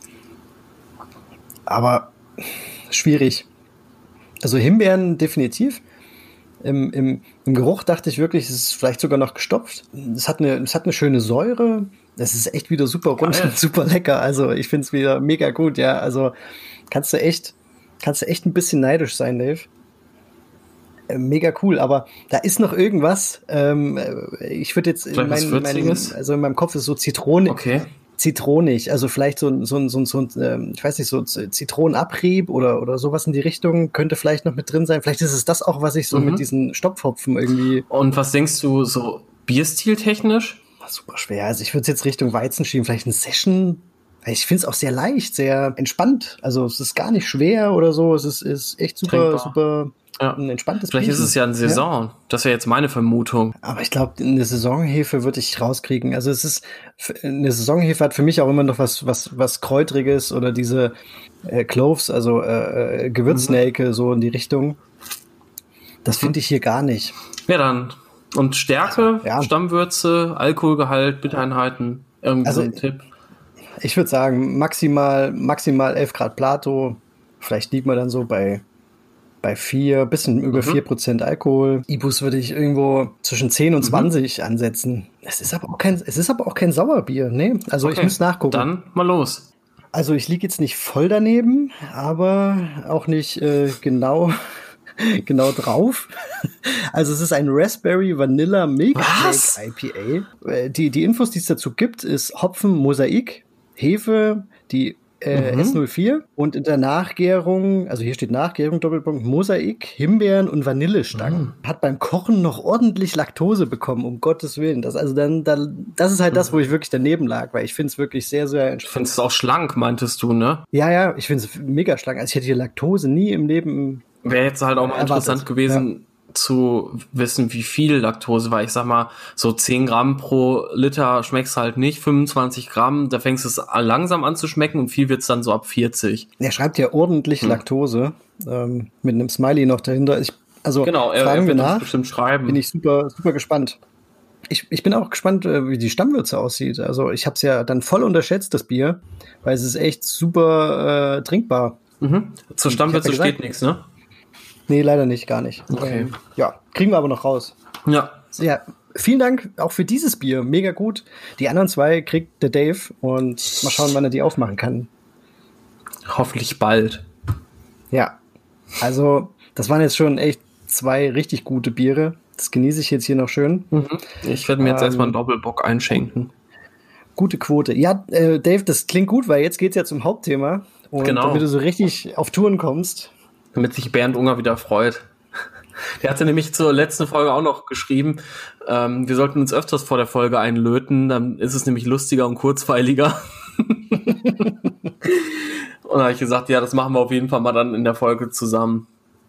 Aber schwierig. Also Himbeeren definitiv. Im, im, Im Geruch dachte ich wirklich, es ist vielleicht sogar noch gestopft. Es hat eine, es hat eine schöne Säure. Es ist echt wieder super rund und super lecker. Also ich finde es wieder mega gut, ja. Also kannst du echt, kannst du echt ein bisschen neidisch sein, Dave. Mega cool, aber da ist noch irgendwas. Ähm, ich würde jetzt in, mein, mein, also in meinem Kopf ist so Zitrone, okay. zitronig, also vielleicht so so so so, so ich weiß nicht, so Zitronenabrieb oder oder sowas in die Richtung könnte vielleicht noch mit drin sein. Vielleicht ist es das auch, was ich so mhm. mit diesen Stopfhopfen irgendwie. Und was denkst du so Bierstil-technisch? Super schwer. Also ich würde es jetzt Richtung Weizen schieben, vielleicht ein Session. Ich finde es auch sehr leicht, sehr entspannt. Also es ist gar nicht schwer oder so. Es ist ist echt super Trinkbar. super. Ja. Ein entspanntes Vielleicht Bier. Ist es ja eine Saison. Ja. Das wäre jetzt meine Vermutung. Aber ich glaube, eine Saisonhefe würde ich rauskriegen. Also es ist, eine Saisonhefe hat für mich auch immer noch was, was, was Kräutriges oder diese äh, Cloves, also äh, Gewürznelke, mhm. so in die Richtung. Das finde ich hier gar nicht. Ja, dann. Und Stärke, also, ja. Stammwürze, Alkoholgehalt, Bittereinheiten, irgendwie also, so ein Tipp. Ich würde sagen, maximal, maximal elf Grad Plato. Vielleicht liegt man dann so bei bei vier, bisschen über mhm. vier Prozent Alkohol. I B Us würde ich irgendwo zwischen zehn und zwanzig mhm. ansetzen. Es ist aber auch kein, es ist aber auch kein Sauerbier, ne? Also okay. ich muss nachgucken. Dann mal los. Also ich liege jetzt nicht voll daneben, aber auch nicht äh, genau genau drauf. Also es ist ein Raspberry Vanilla Milkshake I P A. Die, die Infos, die es dazu gibt, ist Hopfen, Mosaik, Hefe, die äh, mhm. S null vier und in der Nachgärung, also hier steht Nachgärung, Doppelpunkt, Mosaik, Himbeeren und Vanillestangen. Mhm. Hat beim Kochen noch ordentlich Laktose bekommen, um Gottes Willen. Das, also dann, dann, das ist halt mhm. das, wo ich wirklich daneben lag, weil ich finde es wirklich sehr, sehr entspannt. Du findest es auch schlank, meintest du, ne? Ja, ja, ich finde es mega schlank. Also ich hätte hier Laktose nie im Leben Wäre jetzt halt auch mal erwartet. Interessant gewesen, ja. zu wissen, wie viel Laktose, weil ich sag mal, so zehn Gramm pro Liter schmeckst halt nicht, fünfundzwanzig Gramm, da fängst du es langsam an zu schmecken und viel wird's dann so ab vierzig. Er schreibt ja ordentlich hm. Laktose, ähm, mit einem Smiley noch dahinter. Ich, also genau, er, fragen er wir wird nach, bestimmt schreiben. Bin ich super, super gespannt. Ich, ich bin auch gespannt, wie die Stammwürze aussieht. Also ich habe es ja dann voll unterschätzt, das Bier, weil es ist echt super äh, trinkbar. Mhm. Zur Stammwürze ja steht nichts, ne? Nee, leider nicht, gar nicht. Okay. Ähm, ja, kriegen wir aber noch raus. Ja. Ja, vielen Dank auch für dieses Bier. Mega gut. Die anderen zwei kriegt der Dave und mal schauen, wann er die aufmachen kann. Hoffentlich bald. Ja. Also, das waren jetzt schon echt zwei richtig gute Biere. Das genieße ich jetzt hier noch schön. Mhm. Ich werde mir jetzt ähm, erstmal einen Doppelbock einschenken. Gute Quote. Ja, äh, Dave, das klingt gut, weil jetzt geht's ja zum Hauptthema. Und genau. damit du so richtig auf Touren kommst. Damit sich Bernd Unger wieder freut. Der hatte nämlich zur letzten Folge auch noch geschrieben, ähm, wir sollten uns öfters vor der Folge einlöten, dann ist es nämlich lustiger und kurzweiliger. Und da habe ich gesagt, ja, das machen wir auf jeden Fall mal dann in der Folge zusammen.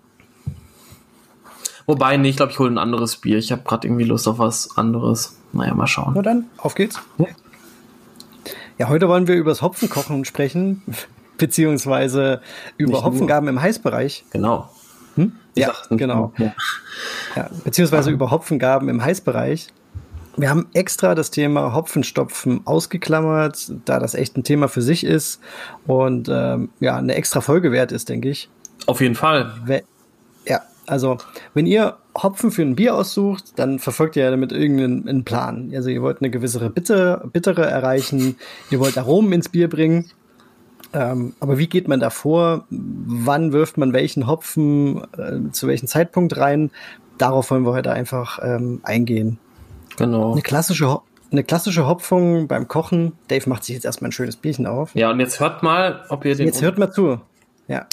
Wobei, nee, ich glaube, ich hole ein anderes Bier. Ich habe gerade irgendwie Lust auf was anderes. Naja, mal schauen. Na dann, auf geht's. Ja, ja, heute wollen wir über das Hopfenkochen sprechen. Beziehungsweise über Nicht Hopfengaben nur. Im Heißbereich. Genau. Hm? Ja, genau. Ja. Ja, beziehungsweise ja. über Hopfengaben im Heißbereich. Wir haben extra das Thema Hopfenstopfen ausgeklammert, da das echt ein Thema für sich ist und ähm, ja, eine extra Folge wert ist, denke ich. Auf jeden Fall. We- ja, also wenn ihr Hopfen für ein Bier aussucht, dann verfolgt ihr ja damit irgendeinen Plan. Also ihr wollt eine gewisse Bitter, Bittere erreichen, ihr wollt Aromen ins Bier bringen. Ähm, aber wie geht man da vor? Wann wirft man welchen Hopfen äh, zu welchem Zeitpunkt rein? Darauf wollen wir heute einfach ähm, eingehen. Genau. Eine klassische, Ho- eine klassische Hopfung beim Kochen. Dave macht sich jetzt erstmal ein schönes Bierchen auf. Ja, und jetzt hört mal, ob ihr den... Jetzt hört mal zu. Ja.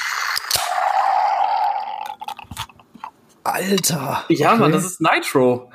Alter. Ja, okay. Mann, das ist Nitro.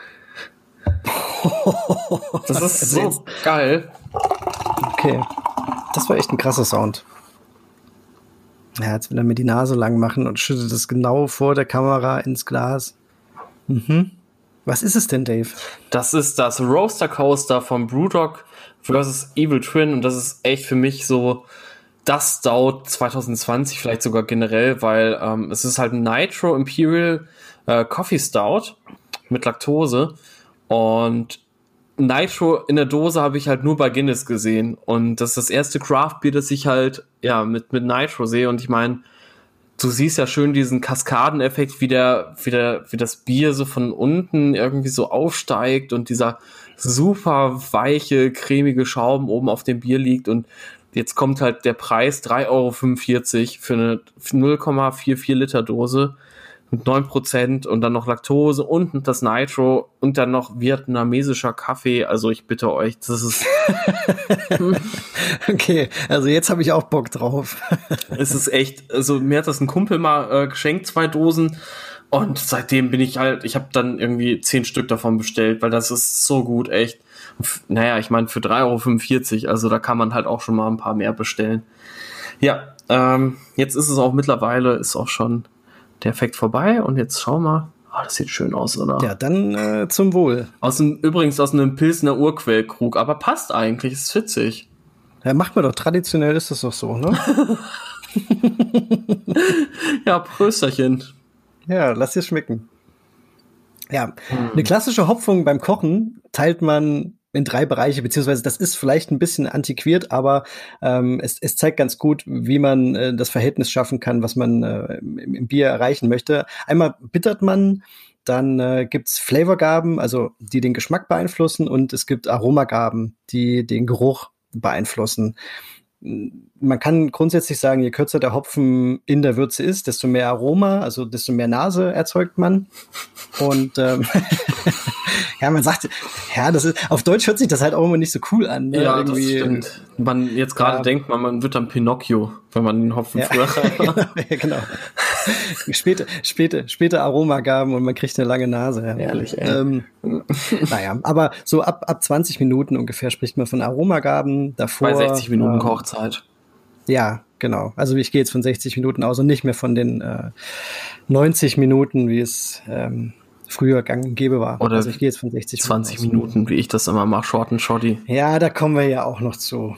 Das ist so jetzt geil. Okay. Das war echt ein krasser Sound. Ja, jetzt will er mir die Nase lang machen und schüttet es genau vor der Kamera ins Glas. Mhm. Was ist es denn, Dave? Das ist das Roaster Coaster von Brewdog versus Evil Twin und das ist echt für mich so das Stout zwanzig zwanzig, vielleicht sogar generell, weil ähm, es ist halt ein Nitro Imperial äh, Coffee Stout mit Laktose und Nitro in der Dose habe ich halt nur bei Guinness gesehen und das ist das erste Craft-Bier, das ich halt ja mit mit Nitro sehe und ich meine, du siehst ja schön diesen Kaskadeneffekt, wie der wie der wie das Bier so von unten irgendwie so aufsteigt und dieser super weiche, cremige Schaum oben auf dem Bier liegt und jetzt kommt halt der Preis drei Euro fünfundvierzig für eine null Komma vierundvierzig Liter Dose mit neun Prozent und dann noch Laktose und das Nitro und dann noch vietnamesischer Kaffee. Also ich bitte euch, das ist... Okay, also jetzt habe ich auch Bock drauf. Es ist echt, also mir hat das ein Kumpel mal äh, geschenkt, zwei Dosen. Und seitdem bin ich halt, ich habe dann irgendwie zehn Stück davon bestellt, weil das ist so gut, echt. Naja, ich meine für drei Euro fünfundvierzig, also da kann man halt auch schon mal ein paar mehr bestellen. Ja, ähm, jetzt ist es auch mittlerweile, ist auch schon der Effekt vorbei und jetzt schau mal. Oh, das sieht schön aus, oder? Ja, dann äh, zum Wohl. Aus dem, übrigens aus einem Pilsner Urquellkrug, aber passt eigentlich, ist witzig. Ja, macht man doch, traditionell ist das doch so, ne? Ja, Prösterchen. Ja, lass dir schmecken. Ja, hm. Eine klassische Hopfung beim Kochen teilt man in drei Bereiche, beziehungsweise das ist vielleicht ein bisschen antiquiert, aber ähm, es, es zeigt ganz gut, wie man äh, das Verhältnis schaffen kann, was man äh, im, im Bier erreichen möchte. Einmal bittert man, dann äh, gibt's Flavorgaben, also die den Geschmack beeinflussen und es gibt Aromagaben, die den Geruch beeinflussen. man kann grundsätzlich sagen, je kürzer der Hopfen in der Würze ist, desto mehr Aroma, also desto mehr Nase erzeugt man. Und ähm, ja, man sagt, ja, das ist, auf Deutsch hört sich das halt auch immer nicht so cool an. Ne? Ja, Irgendwie, das stimmt. Man jetzt gerade ja. denkt man, man wird dann Pinocchio, wenn man den Hopfen ja. früher rein. Ja, genau. Späte, späte, späte Aromagaben und man kriegt eine lange Nase. Ja. Ehrlich, ey. Ähm, naja, aber so ab, ab zwanzig Minuten ungefähr spricht man von Aromagaben. Davor, Bei sechzig Minuten ähm, Kochzeit. Ja, genau. Also ich gehe jetzt von sechzig Minuten aus und nicht mehr von den äh, neunzig Minuten, wie es ähm, früher gang und gäbe war. Oder also ich gehe jetzt von sechzig zwanzig Minuten aus. Minuten, wie ich das immer mache, Short and Shoddy. Ja, da kommen wir ja auch noch zu.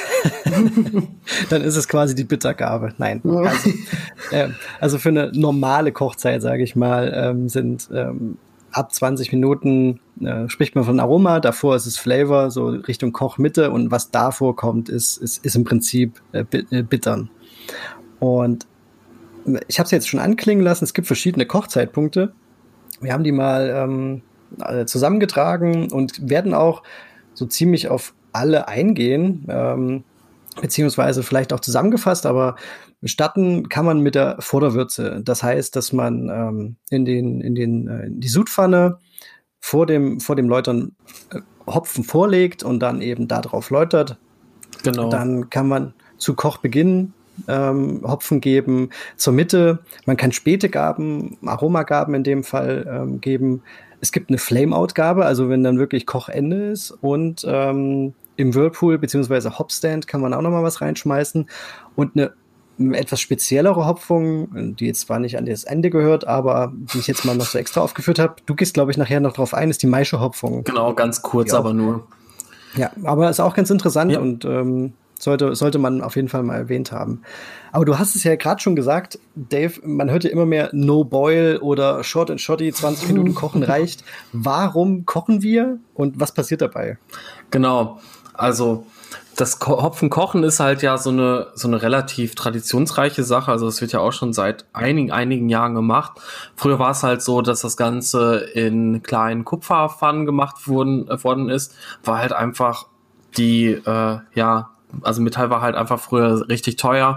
Dann ist es quasi die Bittergabe. Nein. Also, äh, also für eine normale Kochzeit, sage ich mal, ähm, sind ähm, ab zwanzig Minuten äh, spricht man von Aroma, davor ist es Flavor, so Richtung Kochmitte, und was davor kommt, ist, ist, ist im Prinzip äh, bittern. Und ich habe es jetzt schon anklingen lassen, es gibt verschiedene Kochzeitpunkte. Wir haben die mal ähm, zusammengetragen und werden auch so ziemlich auf alle eingehen, ähm, beziehungsweise vielleicht auch zusammengefasst, aber starten kann man mit der Vorderwürze. Das heißt, dass man ähm, in den in den äh, in die Sudpfanne vor dem vor dem Läutern äh, Hopfen vorlegt und dann eben da drauf läutert. Genau. Dann kann man zu Kochbeginn ähm, Hopfen geben, zur Mitte. Man kann Spätegaben, Aromagaben in dem Fall ähm, geben. Es gibt eine Flame-Out-Gabe, also wenn dann wirklich Kochende ist, und ähm, im Whirlpool beziehungsweise Hopstand kann man auch noch mal was reinschmeißen, und eine etwas speziellere Hopfung, die jetzt zwar nicht an das Ende gehört, aber die ich jetzt mal noch so extra aufgeführt habe. Du gehst, glaube ich, nachher noch drauf ein, ist die Maische-Hopfung. Genau, ganz kurz, ja, aber nur. Ja, aber ist auch ganz interessant, ja. und ähm, sollte, sollte man auf jeden Fall mal erwähnt haben. Aber du hast es ja gerade schon gesagt, Dave, man hört ja immer mehr No Boil oder Short and Shoddy, zwanzig Minuten kochen reicht. Warum kochen wir und was passiert dabei? Genau, also das Ko- Hopfenkochen ist halt ja so eine so eine relativ traditionsreiche Sache. Also es wird ja auch schon seit einigen einigen Jahren gemacht. Früher war es halt so, dass das Ganze in kleinen Kupferpfannen gemacht wurden, äh, worden ist. War halt einfach die, äh, ja, also Metall war halt einfach früher richtig teuer.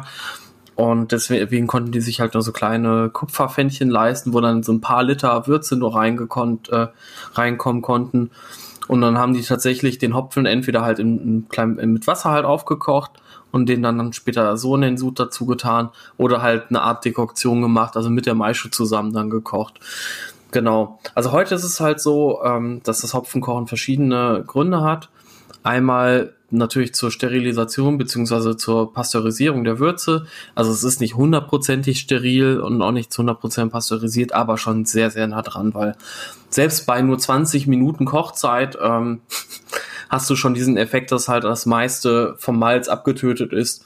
Und deswegen konnten die sich halt nur so kleine Kupferpfännchen leisten, wo dann so ein paar Liter Würze nur reingekonnt, äh, reinkommen konnten. Und dann haben die tatsächlich den Hopfen entweder halt in, in klein, mit Wasser halt aufgekocht und den dann, dann später so in den Sud dazu getan oder halt eine Art Dekoktion gemacht, also mit der Maische zusammen dann gekocht. Genau. Also heute ist es halt so, ähm, dass das Hopfenkochen verschiedene Gründe hat. Einmal natürlich zur Sterilisation beziehungsweise zur Pasteurisierung der Würze. Also es ist nicht hundertprozentig steril und auch nicht zu hundert Prozent pasteurisiert, aber schon sehr, sehr nah dran, weil selbst bei nur zwanzig Minuten Kochzeit ähm, hast du schon diesen Effekt, dass halt das meiste vom Malz abgetötet ist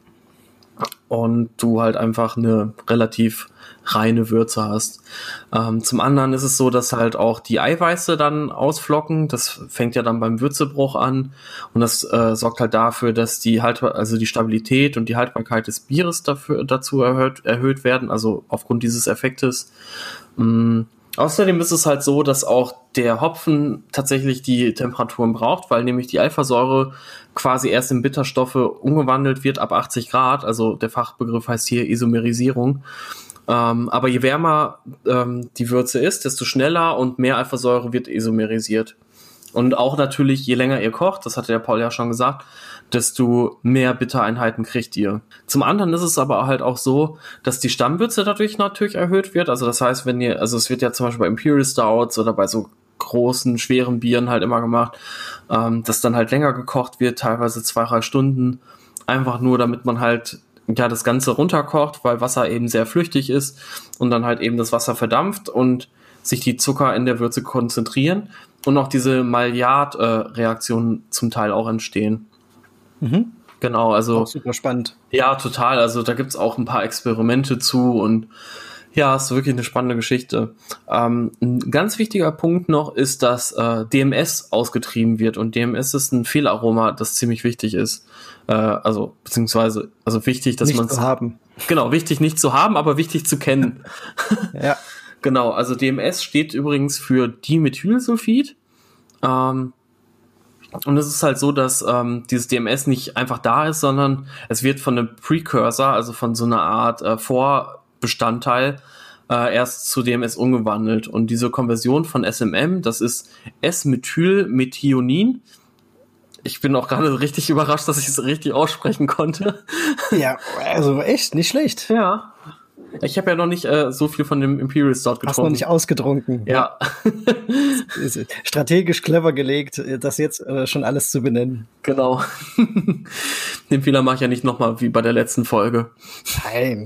und du halt einfach eine relativ reine Würze hast. Ähm, zum anderen ist es so, dass halt auch die Eiweiße dann ausflocken. Das fängt ja dann beim Würzebruch an und das äh, sorgt halt dafür, dass die halt also die Stabilität und die Haltbarkeit des Bieres dafür dazu erhöht erhöht werden. Also aufgrund dieses Effektes. Ähm, außerdem ist es halt so, dass auch der Hopfen tatsächlich die Temperaturen braucht, weil nämlich die Alphasäure quasi erst in Bitterstoffe umgewandelt wird ab achtzig Grad. Also der Fachbegriff heißt hier Isomerisierung. Ähm, aber je wärmer ähm, die Würze ist, desto schneller und mehr Alphasäure wird isomerisiert. Und auch natürlich, je länger ihr kocht, das hatte der Paul ja schon gesagt, desto mehr Bittereinheiten kriegt ihr. Zum anderen ist es aber halt auch so, dass die Stammwürze dadurch natürlich erhöht wird. Also das heißt, wenn ihr, also es wird ja zum Beispiel bei Imperial Stouts oder bei so großen, schweren Bieren halt immer gemacht, ähm, dass dann halt länger gekocht wird, teilweise zwei, drei Stunden. Einfach nur, damit man halt ja das Ganze runterkocht, weil Wasser eben sehr flüchtig ist und dann halt eben das Wasser verdampft und sich die Zucker in der Würze konzentrieren und auch diese Maillard-Reaktionen äh, zum Teil auch entstehen. Mhm. Genau, also auch super spannend. Ja, total. Also da gibt's auch ein paar Experimente zu und ja, ist wirklich eine spannende Geschichte. Ähm, ein ganz wichtiger Punkt noch ist, dass äh, D M S ausgetrieben wird und D M S ist ein Fehlaroma, das ziemlich wichtig ist. Äh, also beziehungsweise also wichtig, dass man es haben. Genau, wichtig nicht zu haben, aber wichtig zu kennen. Ja. Genau, also D M S steht übrigens für Dimethylsulfid. Ähm, Und es ist halt so, dass ähm, dieses D M S nicht einfach da ist, sondern es wird von einem Precursor, also von so einer Art äh, Vorbestandteil, äh, erst zu D M S umgewandelt. Und diese Konversion von S M M, das ist S-Methylmethionin. Ich bin auch gerade richtig überrascht, dass ich es richtig aussprechen konnte. Ja, also echt, nicht schlecht. Ja. Ich habe ja noch nicht äh, so viel von dem Imperial Stout getrunken. Hast noch nicht ausgetrunken. Ja. Ist strategisch clever gelegt, das jetzt äh, schon alles zu benennen. Genau. Den Fehler mache ich ja nicht nochmal wie bei der letzten Folge. Nein.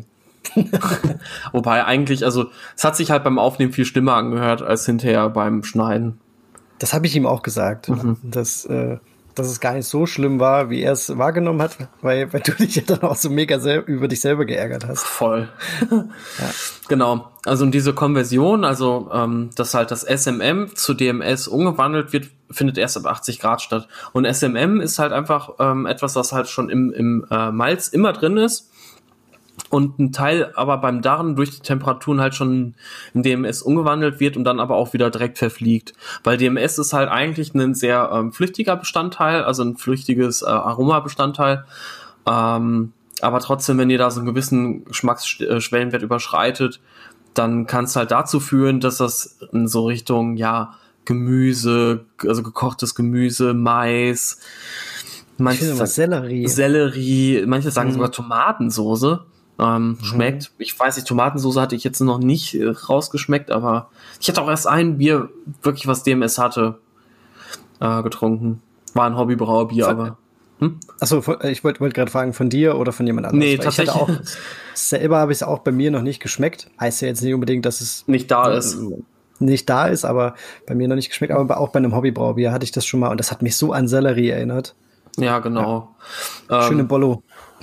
Wobei eigentlich, also es hat sich halt beim Aufnehmen viel schlimmer angehört als hinterher beim Schneiden. Das habe ich ihm auch gesagt, mhm. dass, äh, dass es gar nicht so schlimm war, wie er es wahrgenommen hat, weil, weil du dich ja dann auch so mega sel- über dich selber geärgert hast. Voll. Ja. Genau. Also und diese Konversion, also ähm, dass halt das S M M zu D M S umgewandelt wird, findet erst ab achtzig Grad statt. Und S M M ist halt einfach ähm, etwas, was halt schon im, im äh, Malz immer drin ist. Und ein Teil aber beim Darren durch die Temperaturen halt schon in D M S umgewandelt wird und dann aber auch wieder direkt verfliegt. Weil D M S ist halt eigentlich ein sehr ähm, flüchtiger Bestandteil, also ein flüchtiges äh, Aromabestandteil. Ähm, aber trotzdem, wenn ihr da so einen gewissen Geschmacksschwellenwert überschreitet, dann kann es halt dazu führen, dass das in so Richtung, ja, Gemüse, also gekochtes Gemüse, Mais, manche ich finde was Sellerie. Sellerie, manche sagen mhm. sogar Tomatensoße. Ähm, mhm. Schmeckt. Ich weiß nicht, Tomatensoße hatte ich jetzt noch nicht äh, rausgeschmeckt, aber ich hatte auch erst ein Bier, wirklich was D M S hatte, äh, getrunken. War ein Hobbybrauerbier, aber... Hm? Achso, ich wollte wollt gerade fragen, von dir oder von jemand anderem? Nee, tatsächlich. Ich hatte auch, selber habe ich es auch bei mir noch nicht geschmeckt. Heißt ja jetzt nicht unbedingt, dass es... Nicht da ist. Nicht da ist, aber bei mir noch nicht geschmeckt. Aber auch bei einem Hobbybrauerbier hatte ich das schon mal und das hat mich so an Sellerie erinnert. Ja, genau. Ja. Schöne ähm, Bollo.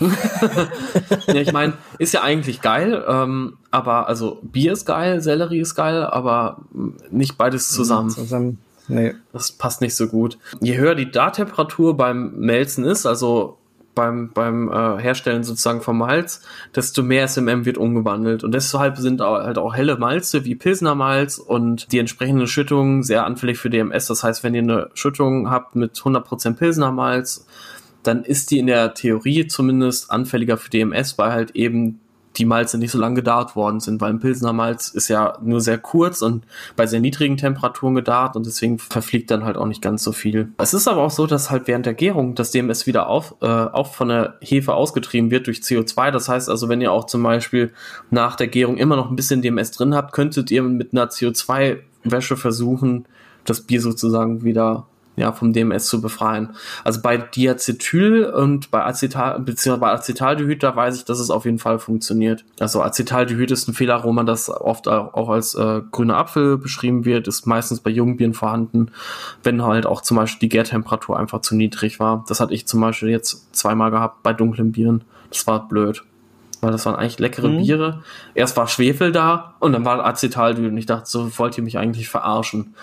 Ja, ich meine, ist ja eigentlich geil, ähm, aber also Bier ist geil, Sellerie ist geil, aber nicht beides zusammen. Zusammen, nee. Das passt nicht so gut. Je höher die Dartemperatur beim Melzen ist, also beim beim äh, Herstellen sozusagen vom Malz, desto mehr S M M wird umgewandelt. Und deshalb sind auch, halt auch helle Malze wie Pilsner Malz und die entsprechende Schüttung sehr anfällig für D M S. Das heißt, wenn ihr eine Schüttung habt mit hundert Prozent Pilsner Malz, dann ist die in der Theorie zumindest anfälliger für D M S, weil halt eben die Malze nicht so lange gedarrt worden sind, weil ein Pilsner Malz ist ja nur sehr kurz und bei sehr niedrigen Temperaturen gedarrt und deswegen verfliegt dann halt auch nicht ganz so viel. Es ist aber auch so, dass halt während der Gärung das D M S wieder auf, äh, auch von der Hefe ausgetrieben wird durch C O zwei. Das heißt also, wenn ihr auch zum Beispiel nach der Gärung immer noch ein bisschen D M S drin habt, könntet ihr mit einer C O zwei Wäsche versuchen, das Bier sozusagen wieder ja, vom D M S zu befreien. Also bei Diacetyl und bei Acetal, beziehungsweise bei Acetaldehyd, da weiß ich, dass es auf jeden Fall funktioniert. Also Acetaldehyd ist ein Fehlaroma, das oft auch als äh, grüner Apfel beschrieben wird, ist meistens bei Jungbieren vorhanden, wenn halt auch zum Beispiel die Gärtemperatur einfach zu niedrig war. Das hatte ich zum Beispiel jetzt zweimal gehabt bei dunklen Bieren. Das war blöd. Weil das waren eigentlich leckere mhm. Biere. Erst war Schwefel da und dann war Acetaldehyd und ich dachte, so wollt ihr mich eigentlich verarschen.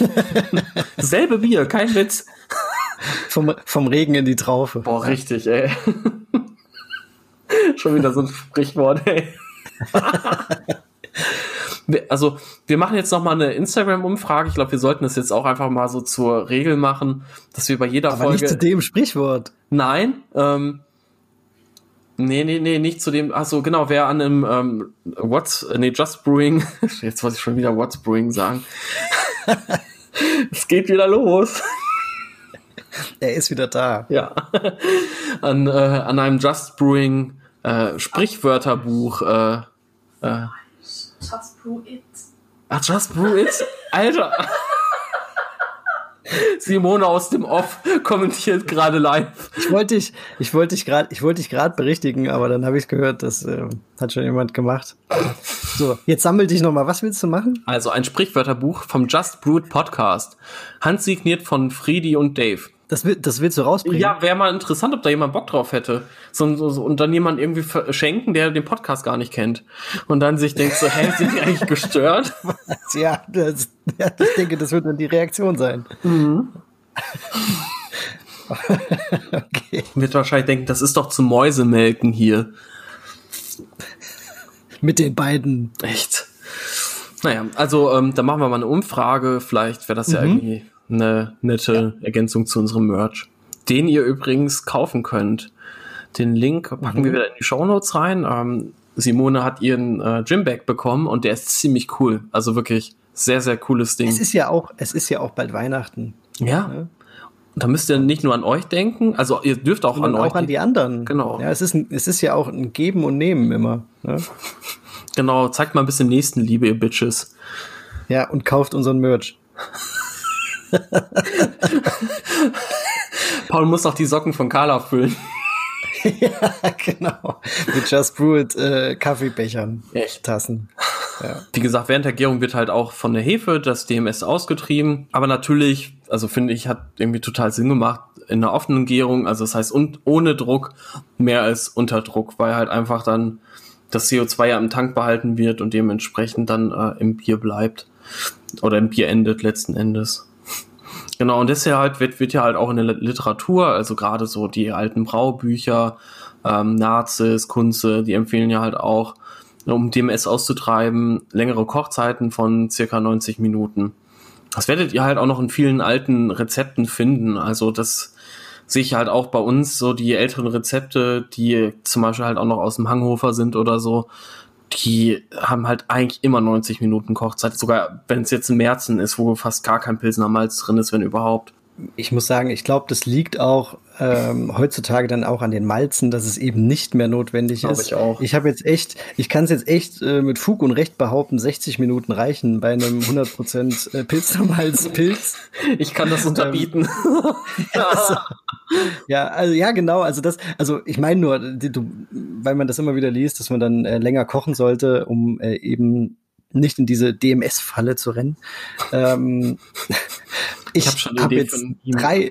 Selbe Bier, kein Witz. Vom, vom Regen in die Traufe. Boah, richtig, ey. Schon wieder so ein Sprichwort, ey. Also, wir machen jetzt noch mal eine Instagram-Umfrage. Ich glaube, wir sollten das jetzt auch einfach mal so zur Regel machen, dass wir bei jeder Aber Folge... nicht zu dem Sprichwort. Nein, ähm... Nee, nee, nee, nicht zu dem, ach so, genau, wer an einem ähm, What's, nee, Just Brewing, jetzt wollte ich schon wieder What's Brewing sagen. Es geht wieder los. Er ist wieder da. Ja. An, äh, an einem Just Brewing äh, Sprichwörterbuch. Äh, äh, Just Brew It. Ach, Just Brew It? Alter. Simone aus dem Off kommentiert gerade live. Ich wollte dich, ich wollte dich gerade, ich wollte dich gerade berichtigen, aber dann habe ich gehört, das äh, hat schon jemand gemacht. So, jetzt sammel dich nochmal. Was willst du machen? Also ein Sprichwörterbuch vom Just Brewed Podcast, handsigniert von Friedi und Dave. Das, will, das willst du rausbringen? Ja, wäre mal interessant, ob da jemand Bock drauf hätte. So, so, so, und dann jemand irgendwie verschenken, der den Podcast gar nicht kennt. Und dann sich denkt so, hä, sind die eigentlich gestört? Ja, das, ja, ich denke, das wird dann die Reaktion sein. Mhm. Okay. Wird wahrscheinlich denken, das ist doch zum Mäusemelken hier. Mit den beiden. Echt. Naja, also ähm, da machen wir mal eine Umfrage. Vielleicht wäre das ja mhm. irgendwie eine nette ja. Ergänzung zu unserem Merch, den ihr übrigens kaufen könnt. Den Link packen mhm. wir wieder in die Shownotes rein. Ähm, Simone hat ihren äh, Gymbag bekommen und der ist ziemlich cool. Also wirklich sehr, sehr cooles Ding. Es ist ja auch, es ist ja auch bald Weihnachten. Ja. ja. Und da müsst ihr nicht nur an euch denken, also ihr dürft auch an euch. Auch an die anderen. Genau. Ja, es ist, ein, es ist ja auch ein Geben und Nehmen immer. Ne? Genau, zeigt mal ein bisschen Nächstenliebe, ihr Bitches. Ja, und kauft unseren Merch. Paul muss auch die Socken von Carla füllen. Ja, genau. Mit Just Brew It äh, Kaffeebechern. Echt? Tassen. Ja. Wie gesagt, während der Gärung wird halt auch von der Hefe das D M S ausgetrieben. Aber natürlich, also finde ich, hat irgendwie total Sinn gemacht in einer offenen Gärung. Also das heißt, und ohne Druck mehr als unter Druck, weil halt einfach dann das C O zwei ja im Tank behalten wird und dementsprechend dann äh, im Bier bleibt. Oder im Bier endet letzten Endes. Genau, und das ja halt wird, wird ja halt auch in der Literatur, also gerade so die alten Braubücher, ähm, Nazis, Kunze, die empfehlen ja halt auch, um D M S auszutreiben, längere Kochzeiten von circa neunzig Minuten. Das werdet ihr halt auch noch in vielen alten Rezepten finden. Also das sehe ich halt auch bei uns, so die älteren Rezepte, die zum Beispiel halt auch noch aus dem Hanghofer sind oder so, die haben halt eigentlich immer neunzig Minuten Kochzeit, sogar wenn es jetzt ein Märzen ist, wo fast gar kein Pilsner Malz drin ist, wenn überhaupt. Ich muss sagen, ich glaube, das liegt auch ähm, heutzutage dann auch an den Malzen, dass es eben nicht mehr notwendig Glaub ist. Ich auch. Ich habe jetzt echt, ich kann es jetzt echt äh, mit Fug und Recht behaupten, sechzig Minuten reichen bei einem hundert Prozent äh, Pilsner Malz Pilz. Ich kann das unterbieten. also, ja, also ja, genau. Also das, also ich meine nur, die, du, weil man das immer wieder liest, dass man dann äh, länger kochen sollte, um äh, eben nicht in diese D M S-Falle zu rennen. ähm, ich habe schon hab jetzt drei.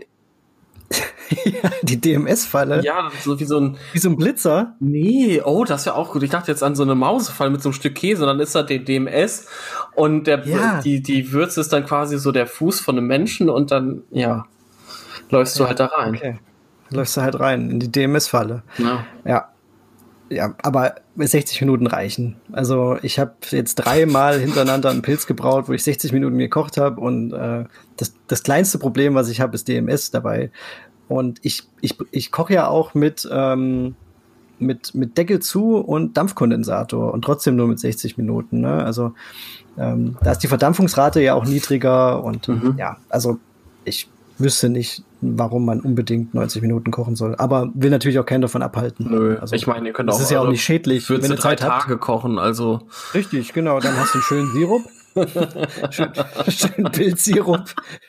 Ja, die D M S-Falle. Ja, so wie so ein wie so ein Blitzer. Nee, oh, das ist ja auch gut. Ich dachte jetzt an so eine Mausefalle mit so einem Stück Käse, und dann ist da der D M S und der ja. die die Würze ist dann quasi so der Fuß von einem Menschen und dann ja läufst du ja, halt da rein. Okay. Läufst du halt rein in die D M S-Falle. Ja. Ja. Ja, aber sechzig Minuten reichen. Also ich habe jetzt dreimal hintereinander einen Pilz gebraut, wo ich sechzig Minuten gekocht habe, und äh, das, das kleinste Problem, was ich habe, ist D M S dabei. Und ich, ich, ich koche ja auch mit, ähm, mit, mit Deckel zu und Dampfkondensator und trotzdem nur mit sechzig Minuten. Ne? Also ähm, da ist die Verdampfungsrate ja auch niedriger und mhm. ja, also ich wüsste nicht, warum man unbedingt neunzig Minuten kochen soll. Aber will natürlich auch keinen davon abhalten. Nö, also, ich meine, ihr könnt auch. Das ist ja auch nicht schädlich, wenn ihr Zeit drei Tage habt. kochen, also. Richtig, genau. Dann hast du einen schönen Sirup. schön, schön Pilzsirup.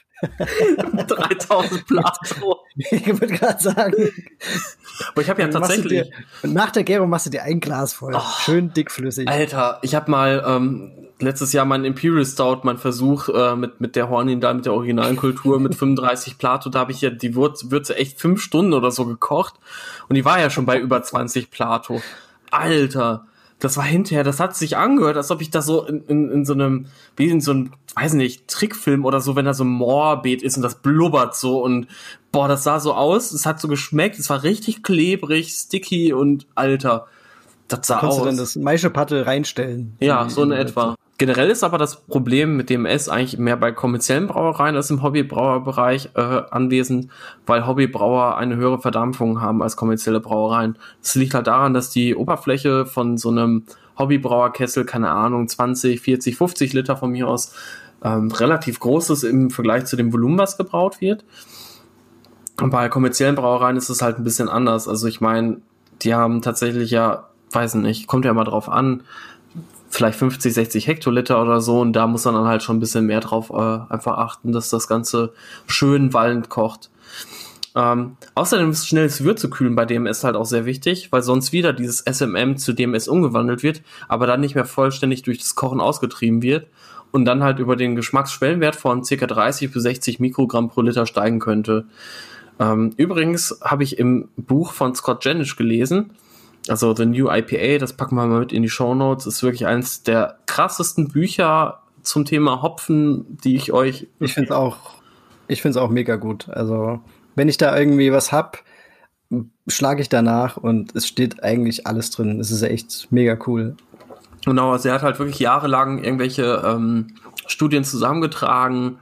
dreitausend Plato. Ich würde gerade sagen. Aber ich habe ja tatsächlich. Dir, nach der Gärung machst du dir ein Glas voll. Oh, schön dickflüssig. Alter, ich habe mal ähm, letztes Jahr meinen Imperial Stout, mein Versuch äh, mit mit der Hornin da, mit der originalen Kultur, mit fünfunddreißig Plato, da habe ich ja die Würze, Würze echt fünf Stunden oder so gekocht. Und die war ja schon bei über zwanzig Plato. Alter. Das war hinterher, das hat sich angehört, als ob ich da so in, in, in so einem, wie in so einem, weiß nicht, Trickfilm oder so, wenn da so ein Moorbeet ist und das blubbert so und boah, das sah so aus, es hat so geschmeckt, es war richtig klebrig, sticky und Alter, das sah Konntest aus. du dann das Maischepatte reinstellen? Ja, so in etwa. Generell ist aber das Problem mit D M S eigentlich mehr bei kommerziellen Brauereien als im Hobbybrauerbereich äh, anwesend, weil Hobbybrauer eine höhere Verdampfung haben als kommerzielle Brauereien. Das liegt halt daran, dass die Oberfläche von so einem Hobbybrauerkessel, keine Ahnung, zwanzig, vierzig, fünfzig Liter von mir aus, ähm, relativ groß ist im Vergleich zu dem Volumen, was gebraut wird. Und bei kommerziellen Brauereien ist es halt ein bisschen anders. Also ich meine, die haben tatsächlich ja, weiß nicht, kommt ja immer drauf an, vielleicht fünfzig, sechzig Hektoliter oder so, und da muss man dann halt schon ein bisschen mehr drauf äh, einfach achten, dass das Ganze schön wallend kocht. Ähm, außerdem ist schnelles Würzekühlen bei D M S halt auch sehr wichtig, weil sonst wieder dieses S M M zu D M S umgewandelt wird, aber dann nicht mehr vollständig durch das Kochen ausgetrieben wird und dann halt über den Geschmacksschwellenwert von ca. dreißig bis sechzig Mikrogramm pro Liter steigen könnte. Ähm, übrigens habe ich im Buch von Scott Janisch gelesen, also The New I P A, das packen wir mal mit in die Shownotes, ist wirklich eines der krassesten Bücher zum Thema Hopfen, die ich euch... Ich finde es auch, ich finde es auch mega gut. Also, wenn ich da irgendwie was hab, schlage ich danach und es steht eigentlich alles drin. Es ist echt mega cool. Genau, also er hat halt wirklich jahrelang irgendwelche ähm, Studien zusammengetragen,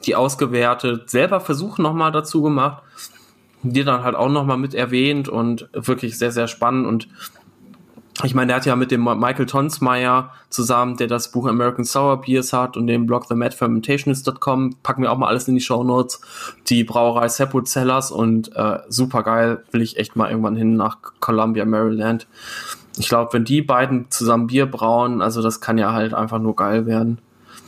die ausgewertet, selber Versuche nochmal dazu gemacht, die dann halt auch nochmal mit erwähnt und wirklich sehr, sehr spannend. Und ich meine, der hat ja mit dem Michael Tonsmeyer zusammen, der das Buch American Sour Beers hat und den Blog the mad fermentationist dot com, packen wir auch mal alles in die Shownotes, die Brauerei Sapwood Cellars und äh, super geil, will ich echt mal irgendwann hin nach Columbia, Maryland. Ich glaube, wenn die beiden zusammen Bier brauen, also das kann ja halt einfach nur geil werden.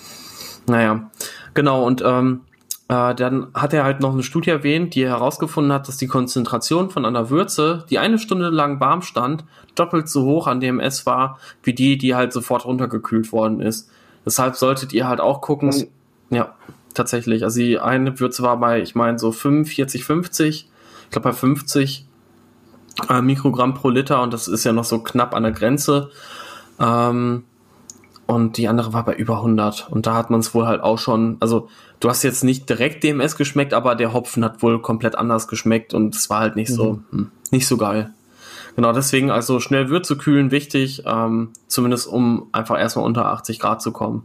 Naja, genau, und ähm, äh, dann hat er halt noch eine Studie erwähnt, die herausgefunden hat, dass die Konzentration von einer Würze, die eine Stunde lang warm stand, doppelt so hoch an D M S war, wie die, die halt sofort runtergekühlt worden ist. Deshalb solltet ihr halt auch gucken, Was? ja, tatsächlich, also die eine Würze war bei, ich meine, so fünfundvierzig, fünfzig, ich glaube bei fünfzig äh, Mikrogramm pro Liter und das ist ja noch so knapp an der Grenze. Ähm, und die andere war bei über hundert und da hat man es wohl halt auch schon, also du hast jetzt nicht direkt D M S geschmeckt, aber der Hopfen hat wohl komplett anders geschmeckt und es war halt nicht mhm. so, hm, nicht so geil. Genau, deswegen also schnell Würze kühlen, wichtig, ähm, zumindest um einfach erstmal unter achtzig Grad zu kommen.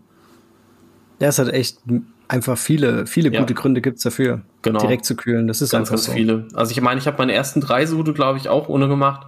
Ja, es hat echt einfach viele, viele ja. gute Gründe gibt's dafür, genau. direkt zu kühlen. Das ist ganz, ganz so. viele. Also ich meine, ich habe meine ersten drei Sude, glaube ich, auch ohne gemacht.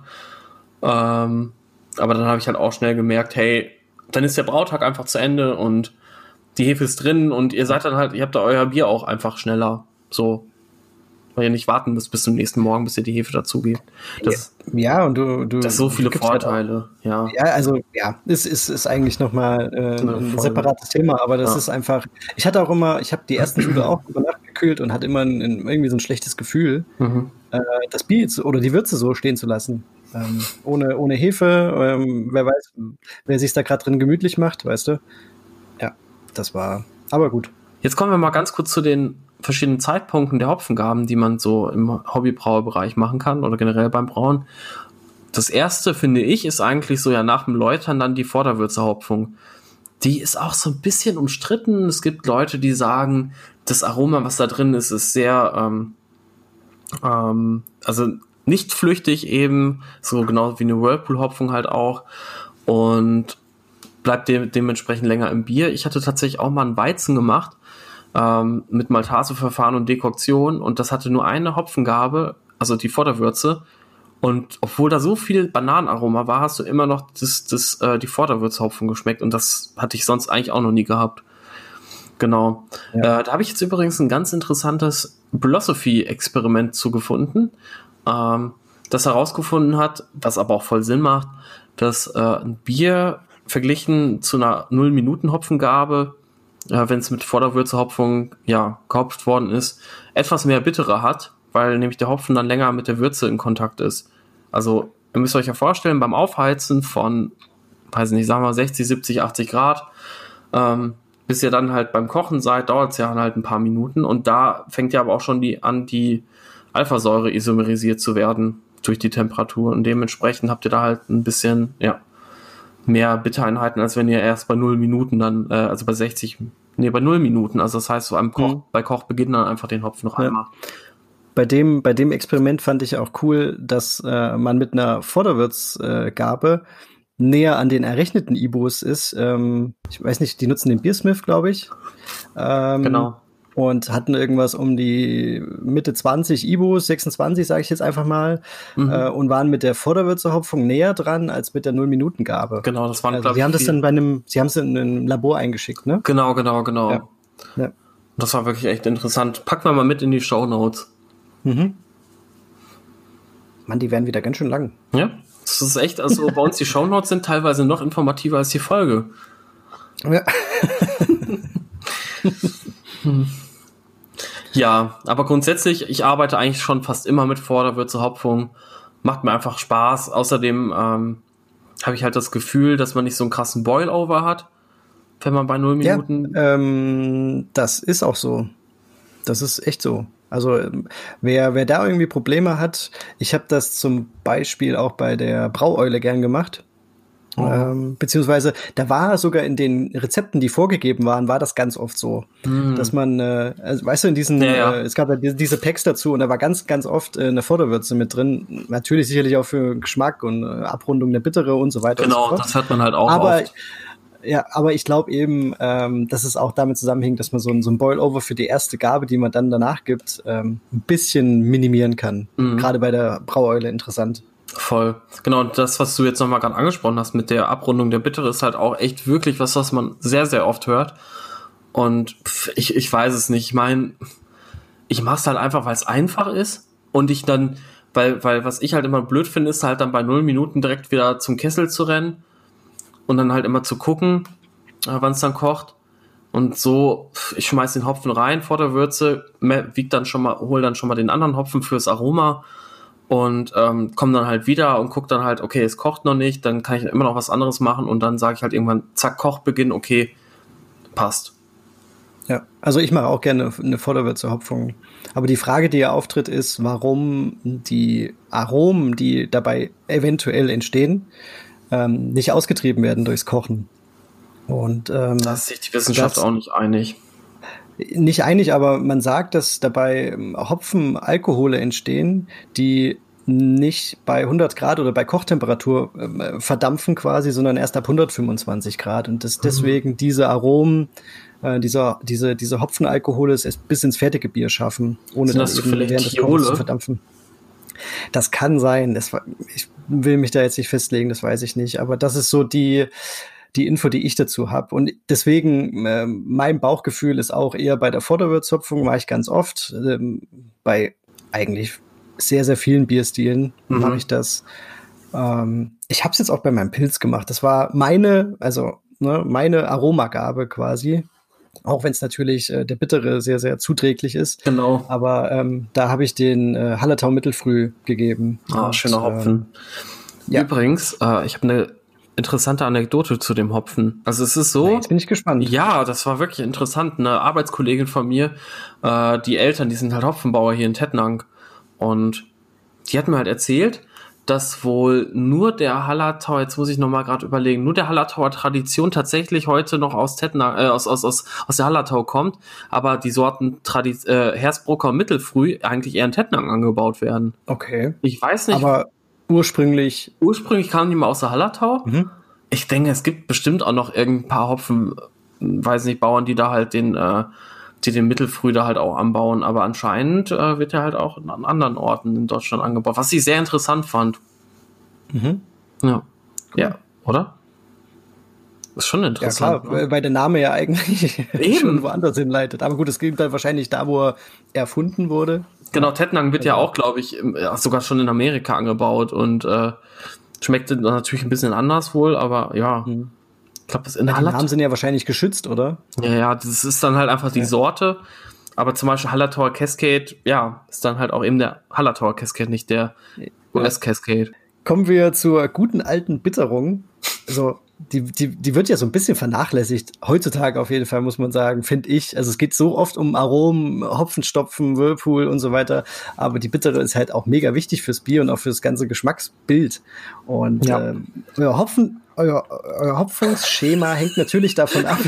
Ähm, aber dann habe ich halt auch schnell gemerkt, hey, dann ist der Brautag einfach zu Ende und die Hefe ist drin und ihr seid dann halt, ihr habt da euer Bier auch einfach schneller. So. Weil ihr nicht warten müsst bis zum nächsten Morgen, bis ihr die Hefe dazugebt. Das, ja, und du, du das ist so viele Vorteile. Halt ja. ja, also ja, es ist, ist eigentlich nochmal äh, ein separates Thema, aber das ja. ist einfach. Ich hatte auch immer, ich habe die ersten Sude auch über Nacht gekühlt und hatte immer ein, ein, irgendwie so ein schlechtes Gefühl, mhm. äh, das Bier zu, oder die Würze so stehen zu lassen. Ähm, ohne, ohne Hefe, ähm, wer weiß, wer sich da gerade drin gemütlich macht, weißt du? Ja, das war, aber gut. Jetzt kommen wir mal ganz kurz zu den verschiedenen Zeitpunkten der Hopfengaben, die man so im Hobbybrauerbereich machen kann oder generell beim Brauen. Das erste, finde ich, ist eigentlich so ja nach dem Läutern dann die Vorderwürzehopfung. Die ist auch so ein bisschen umstritten. Es gibt Leute, die sagen, das Aroma, was da drin ist, ist sehr, ähm, ähm, also nicht flüchtig eben, so genau wie eine Whirlpool-Hopfung halt auch und bleibt de- dementsprechend länger im Bier. Ich hatte tatsächlich auch mal einen Weizen gemacht, ähm, mit Maltaseverfahren und Dekoktion und das hatte nur eine Hopfengabe, also die Vorderwürze und obwohl da so viel Bananenaroma war, hast du immer noch das, das, äh, die Vorderwürzehopfung geschmeckt und das hatte ich sonst eigentlich auch noch nie gehabt. Genau. Ja. Äh, da habe ich jetzt übrigens ein ganz interessantes Philosophy-Experiment zugefunden, ähm, das herausgefunden hat, was aber auch voll Sinn macht, dass äh, ein Bier verglichen zu einer null-Minuten-Hopfengabe, äh, wenn es mit Vorderwürzehopfung ja, gehopft worden ist, etwas mehr Bittere hat, weil nämlich der Hopfen dann länger mit der Würze in Kontakt ist. Also ihr müsst euch ja vorstellen, beim Aufheizen von, weiß nicht, sagen wir sechzig, siebzig, achtzig Grad, ähm, bis ihr dann halt beim Kochen seid, dauert es ja halt ein paar Minuten und da fängt ja aber auch schon die an, die Alphasäure isomerisiert zu werden durch die Temperatur und dementsprechend habt ihr da halt ein bisschen, ja, mehr Bittereinheiten, als wenn ihr erst bei null Minuten dann, äh, also bei sechzig, nee, bei null Minuten, also das heißt, so am Koch, mhm. bei Kochbeginn dann einfach den Hopfen noch ja. einmal. Bei dem, bei dem Experiment fand ich auch cool, dass äh, man mit einer Vorderwürzgabe äh, näher an den errechneten I B Us ist. Ähm, ich weiß nicht, die nutzen den Beersmith, glaube ich. Ähm, genau. Und hatten irgendwas um die Mitte zwanzig I B Us, sechsundzwanzig sage ich jetzt einfach mal, mhm. äh, und waren mit der Vorderwürzehopfung näher dran als mit der null-Minuten-Gabe. Genau, das waren, also, sie haben das dann bei einem, sie haben es in ein Labor eingeschickt, ne? Genau, genau, genau. Ja. Ja. Das war wirklich echt interessant. Packen wir mal mit in die Shownotes. Mhm. Mann, die werden wieder ganz schön lang. Ja, das ist echt, also bei uns die Shownotes sind teilweise noch informativer als die Folge. Ja. hm. Ja, aber grundsätzlich, ich arbeite eigentlich schon fast immer mit Vorderwürzehopfung. Macht mir einfach Spaß. Außerdem ähm, habe ich halt das Gefühl, dass man nicht so einen krassen Boil-Over hat, wenn man bei null Minuten... Ja, ähm, das ist auch so. Das ist echt so. Also wer, wer da irgendwie Probleme hat, ich habe das zum Beispiel auch bei der Braueule gern gemacht. Oh. Ähm, beziehungsweise da war sogar in den Rezepten, die vorgegeben waren, war das ganz oft so, mm. dass man, äh, also, weißt du, in diesen, ja, ja. Äh, es gab ja diese, diese Packs dazu und da war ganz, ganz oft äh, eine Vorderwürze mit drin. Natürlich sicherlich auch für Geschmack und äh, Abrundung der Bittere und so weiter. Genau, und so fort. Das hört man halt auch Aber oft. Ja, aber ich glaube eben, ähm, dass es auch damit zusammenhängt, dass man so ein, so ein Boil-Over für die erste Gabe, die man dann danach gibt, ähm, ein bisschen minimieren kann. Mhm. Gerade bei der Braueule interessant. Voll. Genau, und das, was du jetzt nochmal gerade angesprochen hast mit der Abrundung der Bittere, ist halt auch echt wirklich was, was man sehr, sehr oft hört. Und pff, ich, ich weiß es nicht. Ich meine, ich mach's halt einfach, weil es einfach ist und ich dann, weil, weil was ich halt immer blöd finde, ist halt dann bei null Minuten direkt wieder zum Kessel zu rennen und dann halt immer zu gucken, wann es dann kocht. Und so, ich schmeiß den Hopfen rein vor der Würze, wieg dann schon mal, hol dann schon mal den anderen Hopfen fürs Aroma und ähm, komm dann halt wieder und guck dann halt, okay, es kocht noch nicht, dann kann ich immer noch was anderes machen und dann sage ich halt irgendwann, zack, Kochbeginn, okay, passt. Ja, also ich mache auch gerne eine Vorderwürze-Hopfung. Aber die Frage, die ja auftritt, ist, warum die Aromen, die dabei eventuell entstehen, ähm, nicht ausgetrieben werden durchs Kochen. Und ähm, da ist sich die Wissenschaft auch nicht einig. Nicht einig, aber man sagt, dass dabei Hopfenalkohole entstehen, die nicht bei hundert Grad oder bei Kochtemperatur äh, verdampfen quasi, sondern erst ab hundertfünfundzwanzig Grad. Und dass deswegen mhm. diese Aromen, äh, dieser, diese, diese Hopfenalkohole es bis ins fertige Bier schaffen, ohne dann eben während des Kochens zu verdampfen. Das kann sein. Das war, ich will mich da jetzt nicht festlegen, das weiß ich nicht. Aber das ist so die die Info, die ich dazu habe. Und deswegen, äh, mein Bauchgefühl ist auch eher bei der Vorderwürzhopfung, mache ich ganz oft. Ähm, bei eigentlich sehr, sehr vielen Bierstilen mhm. mache ich das. Ähm, ich habe es jetzt auch bei meinem Pilz gemacht. Das war meine, also ne, meine Aromagabe quasi. Auch wenn es natürlich äh, der Bittere sehr, sehr zuträglich ist. Genau. Aber ähm, da habe ich den äh, Hallertau Mittelfrüh gegeben. Ah, und, schöner Hopfen. Ähm, ja. Übrigens, äh, ich habe eine interessante Anekdote zu dem Hopfen. Also es ist so. Jetzt bin ich gespannt. Ja, das war wirklich interessant. Eine Arbeitskollegin von mir, äh, die Eltern, die sind halt Hopfenbauer hier in Tettnang. Und die hat mir halt erzählt, dass wohl nur der Hallertauer, jetzt muss ich nochmal gerade überlegen, nur der Hallertauer Tradition tatsächlich heute noch aus Tettnang, äh, aus, aus, aus, aus der Hallertau kommt, aber die Sorten Tradi- äh, Hersbrucker und Mittelfrüh eigentlich eher in Tettnang angebaut werden. Okay. Ich weiß nicht. Aber ursprünglich. Ursprünglich kamen die mal aus der Hallertau. Mhm. Ich denke, es gibt bestimmt auch noch irgendein paar Hopfen, weiß nicht, Bauern, die da halt den, äh, die den Mittelfrüh da halt auch anbauen. Aber anscheinend äh, wird er halt auch an anderen Orten in Deutschland angebaut, was ich sehr interessant fand. Mhm. Ja. Cool. Ja, oder? Das ist schon interessant. Ja klar, ne? Weil der Name ja eigentlich Eben. schon woanders hinleitet. Aber gut, es gilt dann wahrscheinlich da, wo er erfunden wurde. Genau, Tettnang wird ja auch, glaube ich, sogar schon in Amerika angebaut und äh, schmeckt natürlich ein bisschen anders wohl, aber ja, hm. ich glaube, das in der Hallertau. Die Namen sind ja wahrscheinlich geschützt, oder? Ja, ja, das ist dann halt einfach die ja. Sorte, aber zum Beispiel Hallertauer Cascade, ja, ist dann halt auch eben der Hallertauer Cascade, nicht der U S Cascade. Kommen wir zur guten alten Bitterung. Also Die, die, die wird ja so ein bisschen vernachlässigt. Heutzutage auf jeden Fall, muss man sagen, finde ich. Also es geht so oft um Aromen, Hopfenstopfen, Whirlpool und so weiter. Aber die Bittere ist halt auch mega wichtig fürs Bier und auch fürs ganze Geschmacksbild. Und ja. äh, euer, Hopfen, euer, euer Hopfungsschema hängt natürlich davon ab.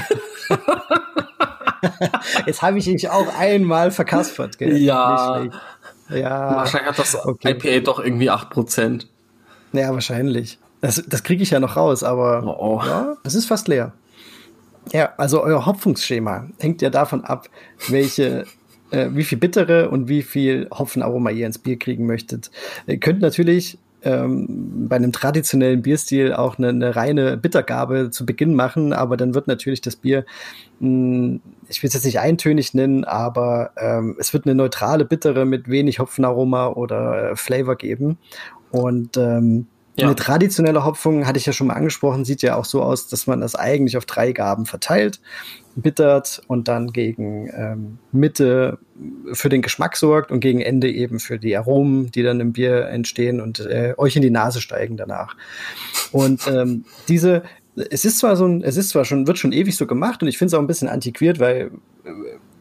Jetzt habe ich mich auch einmal verkaspert, gell? Ja. Nicht ja. Wahrscheinlich hat das okay. I P A doch irgendwie acht Prozent. Ja, wahrscheinlich. Das, das kriege ich ja noch raus, aber oh, oh. ja, es ist fast leer. Ja, also euer Hopfungsschema hängt ja davon ab, welche, äh, wie viel bittere und wie viel Hopfenaroma ihr ins Bier kriegen möchtet. Ihr könnt natürlich ähm, bei einem traditionellen Bierstil auch eine, eine reine Bittergabe zu Beginn machen, aber dann wird natürlich das Bier, mh, ich will es jetzt nicht eintönig nennen, aber ähm, es wird eine neutrale Bittere mit wenig Hopfenaroma oder äh, Flavor geben. Und ähm, Ja. Eine traditionelle Hopfung, hatte ich ja schon mal angesprochen, sieht ja auch so aus, dass man das eigentlich auf drei Gaben verteilt, bittert und dann gegen ähm, Mitte für den Geschmack sorgt und gegen Ende eben für die Aromen, die dann im Bier entstehen und äh, euch in die Nase steigen danach. Und ähm, diese, es ist zwar so ein, es ist zwar schon, wird schon ewig so gemacht und ich finde es auch ein bisschen antiquiert, weil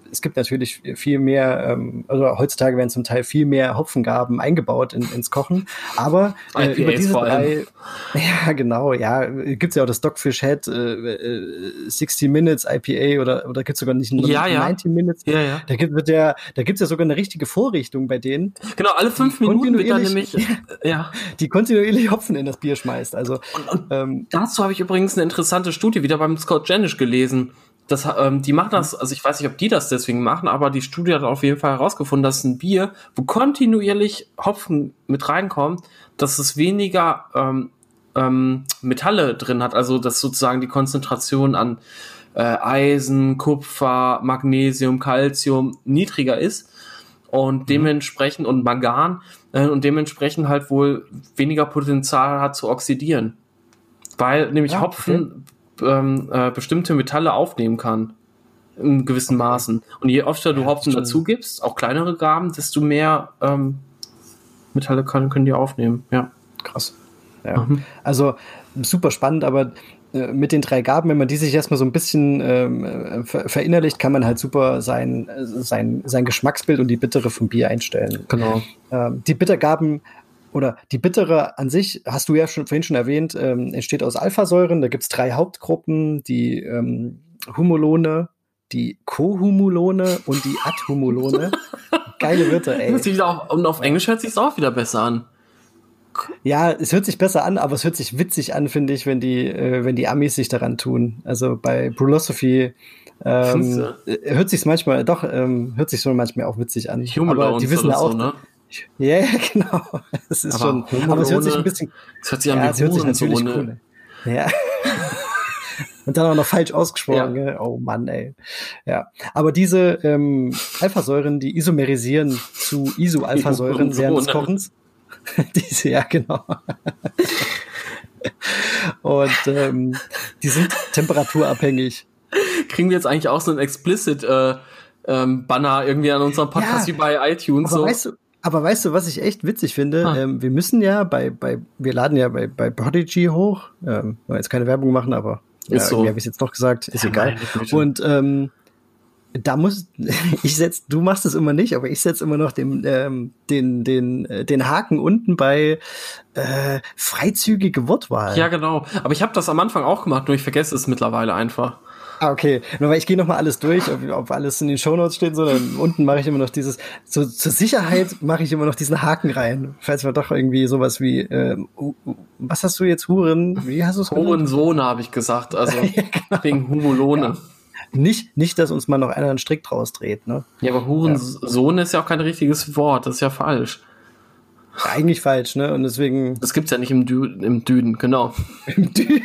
es gibt natürlich viel mehr, ähm, also heutzutage werden zum Teil viel mehr Hopfengaben eingebaut in, ins Kochen, aber äh, über diese drei, ja genau, ja, gibt's ja auch das Dogfish Head äh, sixty Minutes I P A oder oder gibt's sogar nicht ein ja, ja. ninety Minutes, ja, ja. da gibt wird ja, da gibt's ja sogar eine richtige Vorrichtung bei denen. Genau, alle fünf Minuten wird dann nämlich, ja, die kontinuierlich Hopfen in das Bier schmeißt. Also und, und ähm, dazu habe ich übrigens eine interessante Studie wieder beim Scott Janisch gelesen. Das, ähm, die machen das, also ich weiß nicht, ob die das deswegen machen, aber die Studie hat auf jeden Fall herausgefunden, dass ein Bier, wo kontinuierlich Hopfen mit reinkommt, dass es weniger ähm, ähm, Metalle drin hat, also dass sozusagen die Konzentration an äh, Eisen, Kupfer, Magnesium, Calcium niedriger ist und dementsprechend und Mangan äh, und dementsprechend halt wohl weniger Potenzial hat zu oxidieren, weil nämlich ja, Hopfen okay. Ähm, äh, bestimmte Metalle aufnehmen kann in gewissen okay. Maßen. Und je öfter du ja, Hopfen dazu gibst, auch kleinere Gaben, desto mehr ähm, Metalle können, können die aufnehmen. Ja, krass. Ja. Mhm. Also super spannend, aber äh, mit den drei Gaben, wenn man die sich erstmal so ein bisschen ähm, ver- verinnerlicht, kann man halt super sein, sein, sein Geschmacksbild und die Bittere vom Bier einstellen. Genau. Ähm, die Bittergaben oder die Bittere an sich, hast du ja schon vorhin schon erwähnt, ähm, entsteht aus Alphasäuren. Da gibt's drei Hauptgruppen, die ähm, Humulone, die Kohumulone und die Adhumulone. Geile Wörter, ey. Das auch, und auf Englisch hört sich's auch wieder besser an. Ja, es hört sich besser an, aber es hört sich witzig an, finde ich, wenn die, äh, wenn die Amis sich daran tun. Also bei Brulosophy ähm, hört sich's manchmal, doch, ähm, hört sich so manchmal auch witzig an. Humulone aber die wissen ja auch, so, ne? Ja, ja, genau. Das ist aber schon, Humulone, aber es hört sich ein bisschen, es hört sich an ja, wie es hört sich natürlich so cool. Ja. Und dann auch noch falsch ausgesprochen. Ja. Oh Mann, ey. Ja. Aber diese ähm, Alphasäuren, die isomerisieren zu Isoalphasäuren während des Kochens. Diese, ja, genau. Und ähm, die sind temperaturabhängig. Kriegen wir jetzt eigentlich auch so ein explicit äh, ähm, Banner irgendwie an unserem Podcast ja, wie bei iTunes? Aber so. weißt du, aber weißt du, was ich echt witzig finde? Ah. Ähm, wir müssen ja bei, bei, wir laden ja bei, bei Prodigy hoch. Ähm, wollen jetzt keine Werbung machen, aber ja, ist so. irgendwie habe ich es jetzt doch gesagt, ist ja, egal. Und ähm, da muss ich setz, du machst es immer nicht, aber ich setze immer noch den, ähm, den, den, den Haken unten bei äh, freizügige Wortwahl. Ja, genau. Aber ich habe das am Anfang auch gemacht, nur ich vergesse es mittlerweile einfach. Ah, okay. Nur weil ich gehe nochmal alles durch, ob, ob alles in den Shownotes steht, so, dann unten mache ich immer noch dieses, so, zur Sicherheit mache ich immer noch diesen Haken rein. Falls wir doch irgendwie sowas wie, äh, uh, uh, was hast du jetzt, Huren, wie hast du es genannt? Hurensohne habe ich gesagt, also ja, genau. Wegen Humulone. Ja. Nicht, nicht, dass uns mal noch einer einen Strick draus dreht, ne? Ja, aber Hurensohn ja. ist ja auch kein richtiges Wort, das ist ja falsch. Ja, eigentlich falsch, ne? Und deswegen. Das gibt's ja nicht im, Dü- im Düden, genau. Im Düden?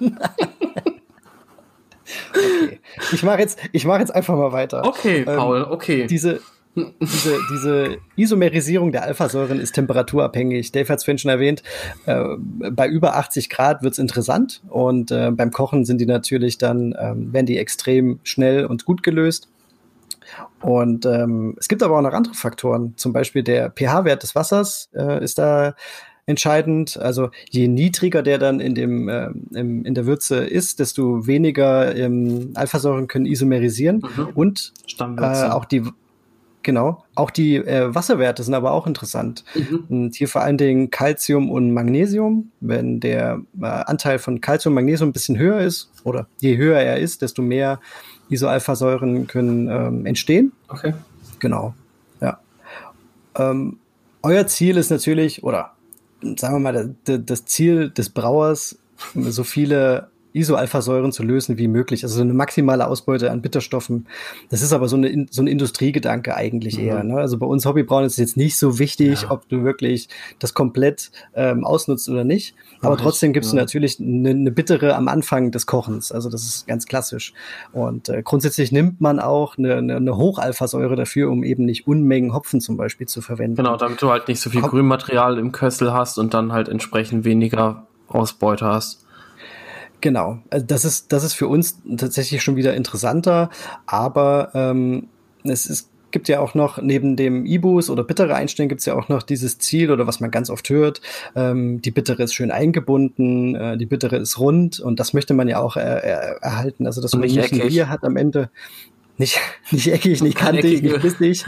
Okay. Ich mache jetzt, ich mache jetzt einfach mal weiter. Okay, Paul, ähm, okay. Diese, diese, diese Isomerisierung der Alphasäuren ist temperaturabhängig. Dave hat es vorhin schon erwähnt. Äh, bei über achtzig Grad wird's interessant und äh, beim Kochen sind die natürlich dann, ähm, werden die extrem schnell und gut gelöst. Und ähm, es gibt aber auch noch andere Faktoren. Zum Beispiel der pH-Wert des Wassers äh, ist da entscheidend. Also je niedriger der dann in dem äh, im, in der Würze ist, desto weniger ähm, Alphasäuren können isomerisieren. Mhm. Und äh, auch die genau auch die äh, Wasserwerte sind aber auch interessant. Mhm. Und hier vor allen Dingen Calcium und Magnesium. Wenn der äh, Anteil von Calcium und Magnesium ein bisschen höher ist oder je höher er ist, desto mehr Isoalphasäuren können ähm, entstehen. Okay. Genau. Ja. Ähm, euer Ziel ist natürlich, oder sagen wir mal, das Ziel des Brauers, so viele Isoalphasäuren zu lösen wie möglich. Also so eine maximale Ausbeute an Bitterstoffen. Das ist aber so, eine, so ein Industriegedanke eigentlich mhm. eher. Ne? Also bei uns Hobbybrauen ist es jetzt nicht so wichtig, ja. ob du wirklich das komplett ähm, ausnutzt oder nicht. Aber Ach, trotzdem gibst ja. du natürlich eine, eine bittere am Anfang des Kochens. Also das ist ganz klassisch. Und äh, grundsätzlich nimmt man auch eine, eine, eine Hochalphasäure dafür, um eben nicht Unmengen Hopfen zum Beispiel zu verwenden. Genau, damit du halt nicht so viel Hop- Grünmaterial im Kössel hast und dann halt entsprechend weniger Ausbeute hast. Genau, also das ist das ist für uns tatsächlich schon wieder interessanter, aber ähm, es ist, gibt ja auch noch neben dem I B Us oder bittere Einstellen gibt es ja auch noch dieses Ziel oder was man ganz oft hört, ähm, die bittere ist schön eingebunden, äh, die bittere ist rund und das möchte man ja auch äh, er, erhalten, also dass man nicht ein Bier hat am Ende. Nicht, nicht eckig, nicht kantig, nicht bissig.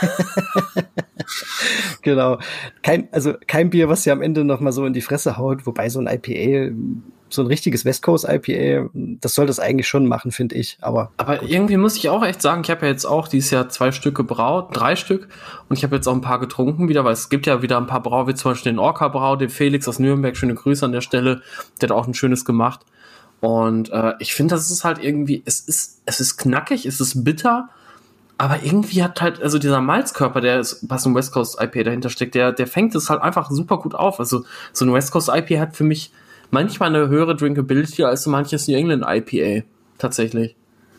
Genau. Kein, also kein Bier, was dir am Ende noch mal so in die Fresse haut, wobei so ein I P A, so ein richtiges West Coast I P A, das soll das eigentlich schon machen, finde ich. Aber, Aber irgendwie muss ich auch echt sagen, ich habe ja jetzt auch dieses Jahr zwei Stück gebraut, drei Stück, und ich habe jetzt auch ein paar getrunken wieder, weil es gibt ja wieder ein paar Brau, wie zum Beispiel den Orca Brau, den Felix aus Nürnberg, schöne Grüße an der Stelle, der hat auch ein schönes gemacht. Und äh, ich finde, das ist halt irgendwie, es ist, es ist knackig, es ist bitter, aber irgendwie hat halt, also dieser Malzkörper, der ist, was so ein West Coast I P A dahinter steckt, der, der fängt es halt einfach super gut auf. Also so ein West Coast I P A hat für mich manchmal eine höhere Drinkability als so manches New England I P A, tatsächlich.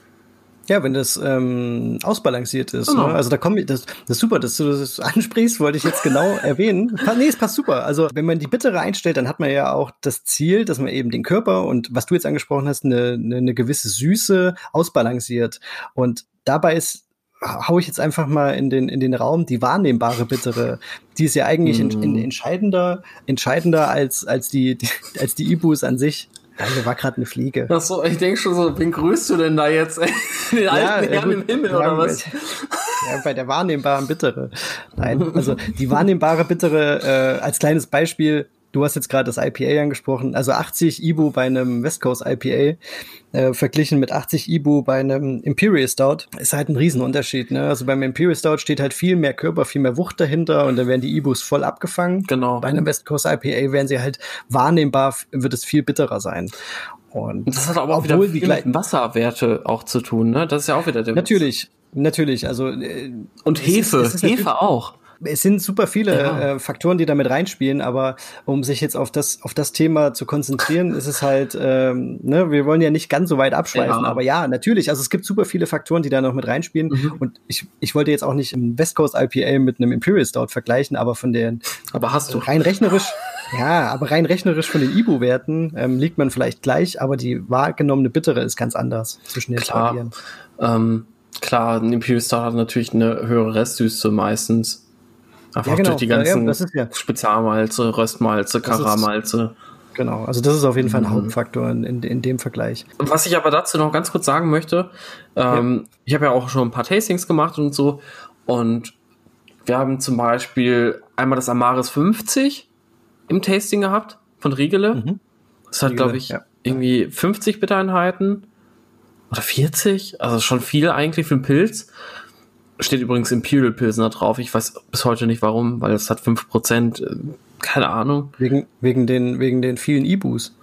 ja, wenn das ähm, ausbalanciert ist. Genau. Ne? Also da kommt das, das ist super, dass du das ansprichst, wollte ich jetzt genau erwähnen. Nee, es passt super. Also wenn man die Bittere einstellt, dann hat man ja auch das Ziel, dass man eben den Körper und was du jetzt angesprochen hast, eine, eine, eine gewisse Süße ausbalanciert. Und dabei ist hau ich jetzt einfach mal in den in den Raum die wahrnehmbare Bittere, die ist ja eigentlich mm. in, in, entscheidender entscheidender als als die, die als die I B Us an sich. Ja, hier war gerade eine Fliege. Ach so, ich denke schon so, wen grüßt du denn da jetzt? Den ja, alten ja, Herrn im Himmel ja, oder was? Ja, bei der wahrnehmbaren Bittere. Nein, also die wahrnehmbare Bittere äh, als kleines Beispiel. Du hast jetzt gerade das I P A angesprochen, also achtzig I B U bei einem West Coast I P A äh, verglichen mit achtzig I B U bei einem Imperial Stout ist halt ein Riesenunterschied. Ne? Also beim Imperial Stout steht halt viel mehr Körper, viel mehr Wucht dahinter und dann werden die I B Us voll abgefangen. Genau. Bei einem West Coast I P A werden sie halt wahrnehmbar, wird es viel bitterer sein. Und das hat aber auch wieder viel mit Wasserwerte auch zu tun, ne? Das ist ja auch wieder der Natürlich, natürlich. Also äh, und Hefe, ist, Hefe auch. Es sind super viele ja. äh, Faktoren, die damit reinspielen, aber um sich jetzt auf das auf das Thema zu konzentrieren, ist es halt, ähm, ne, wir wollen ja nicht ganz so weit abschweifen, ja. aber ja, natürlich, also es gibt super viele Faktoren, die da noch mit reinspielen mhm. und ich ich wollte jetzt auch nicht im West Coast I P A mit einem Imperial Stout vergleichen, aber von den aber hast du rein rechnerisch, ja, aber rein rechnerisch von den I B U-Werten ähm, liegt man vielleicht gleich, aber die wahrgenommene Bittere ist ganz anders zwischen den zwei Bieren. Ähm, klar, ein Imperial Stout hat natürlich eine höhere Restsüße meistens. Einfach ja, genau. durch die ganzen ja, ja, ja. Spezialmalze, Röstmalze, Karamalze. Genau, also das ist auf jeden Fall ein mhm. Hauptfaktor in, in, in dem Vergleich. Was ich aber dazu noch ganz kurz sagen möchte, ähm, ja. ich habe ja auch schon ein paar Tastings gemacht und so und wir haben zum Beispiel einmal das Amaris fünfzig im Tasting gehabt von Riegele. Mhm. Das hat, glaube ich, ja. irgendwie fünfzig Bittereinheiten oder vierzig, also schon viel eigentlich für einen Pilz. Steht übrigens Imperial Pilsner drauf. Ich weiß bis heute nicht warum, weil es hat fünf Prozent. Keine Ahnung. Wegen, wegen, den, wegen den vielen I B Us.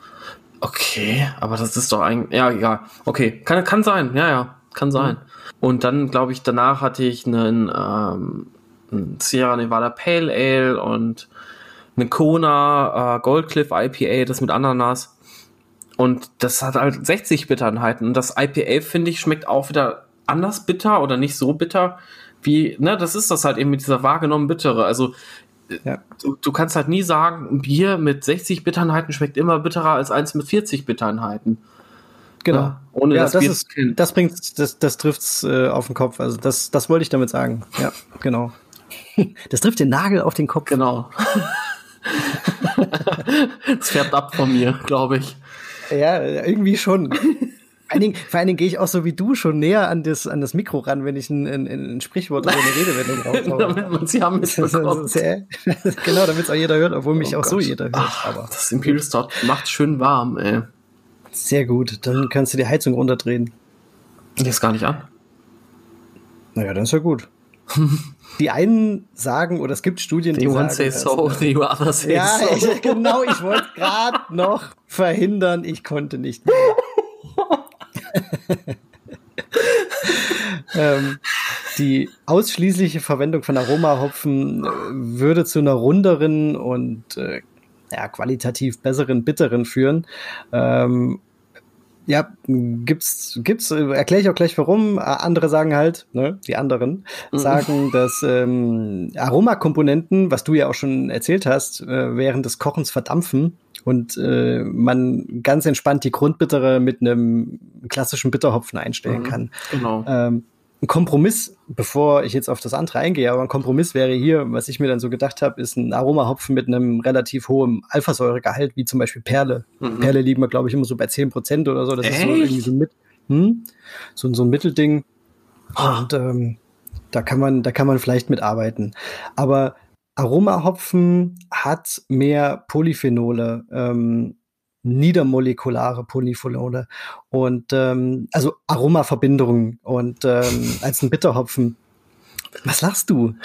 Okay, aber das ist doch eigentlich... Ja, egal. Okay, kann, kann sein. Ja, ja, kann sein. Mhm. Und dann, glaube ich, danach hatte ich einen, ähm, einen Sierra Nevada Pale Ale und einen Kona äh, Gold Cliff I P A, das mit Ananas. Und das hat halt sechzig Bittereinheiten. Und das I P A, finde ich, schmeckt auch wieder anders bitter oder nicht so bitter wie, ne, das ist das halt eben mit dieser wahrgenommenen Bittere. Also ja. du, du kannst halt nie sagen, ein Bier mit sechzig Bittereinheiten schmeckt immer bitterer als eins mit vierzig Bittereinheiten. Genau. Ja, ohne ja, das, das ist, das bringt, das, das trifft's äh, auf den Kopf. Also das, das wollte ich damit sagen. Ja, genau. Das trifft den Nagel auf den Kopf. Genau. Das färbt ab von mir, glaube ich. Ja, irgendwie schon. Vor allen Dingen, vor allen Dingen gehe ich auch so wie du schon näher an das, an das Mikro ran, wenn ich ein, ein, ein Sprichwort oder eine Redewendung raushaue. Damit man sie haben mitbekommt. Genau, damit es auch jeder hört, obwohl mich oh auch Gott. so jeder hört. Ach, aber das Imperial Stout macht schön warm, ey. Sehr gut, dann kannst du die Heizung runterdrehen. Die ist gar nicht an. Naja, dann ist ja gut. Die einen sagen, oder es gibt Studien, die the one sagen... say so, dass, the other say ja, so. Ich, genau, ich wollte gerade noch verhindern, ich konnte nicht mehr. ähm, die ausschließliche Verwendung von Aromahopfen äh, würde zu einer runderen und äh, ja, qualitativ besseren Bitteren führen. Ähm, ja, gibt's, gibt's, äh, erkläre ich auch gleich warum. Äh, andere sagen halt, ne, die anderen mhm. sagen, dass ähm, Aromakomponenten, was du ja auch schon erzählt hast, äh, während des Kochens verdampfen und äh, man ganz entspannt die Grundbittere mit einem klassischen Bitterhopfen einstellen mhm, kann. Genau. Ähm, ein Kompromiss, bevor ich jetzt auf das andere eingehe, aber ein Kompromiss wäre hier, was ich mir dann so gedacht habe, ist ein Aromahopfen mit einem relativ hohen Alphasäuregehalt, wie zum Beispiel Perle. Mhm. Perle liegen wir, glaube ich, immer so bei zehn Prozent oder so. Das Echt? ist so irgendwie so, mit, hm? so, so ein Mittelding. Und ähm, da kann man, da kann man vielleicht mitarbeiten. Aber Aromahopfen hat mehr Polyphenole, ähm, niedermolekulare Polyphenole und ähm, also Aromaverbindungen und ähm, als ein Bitterhopfen. Was lachst du?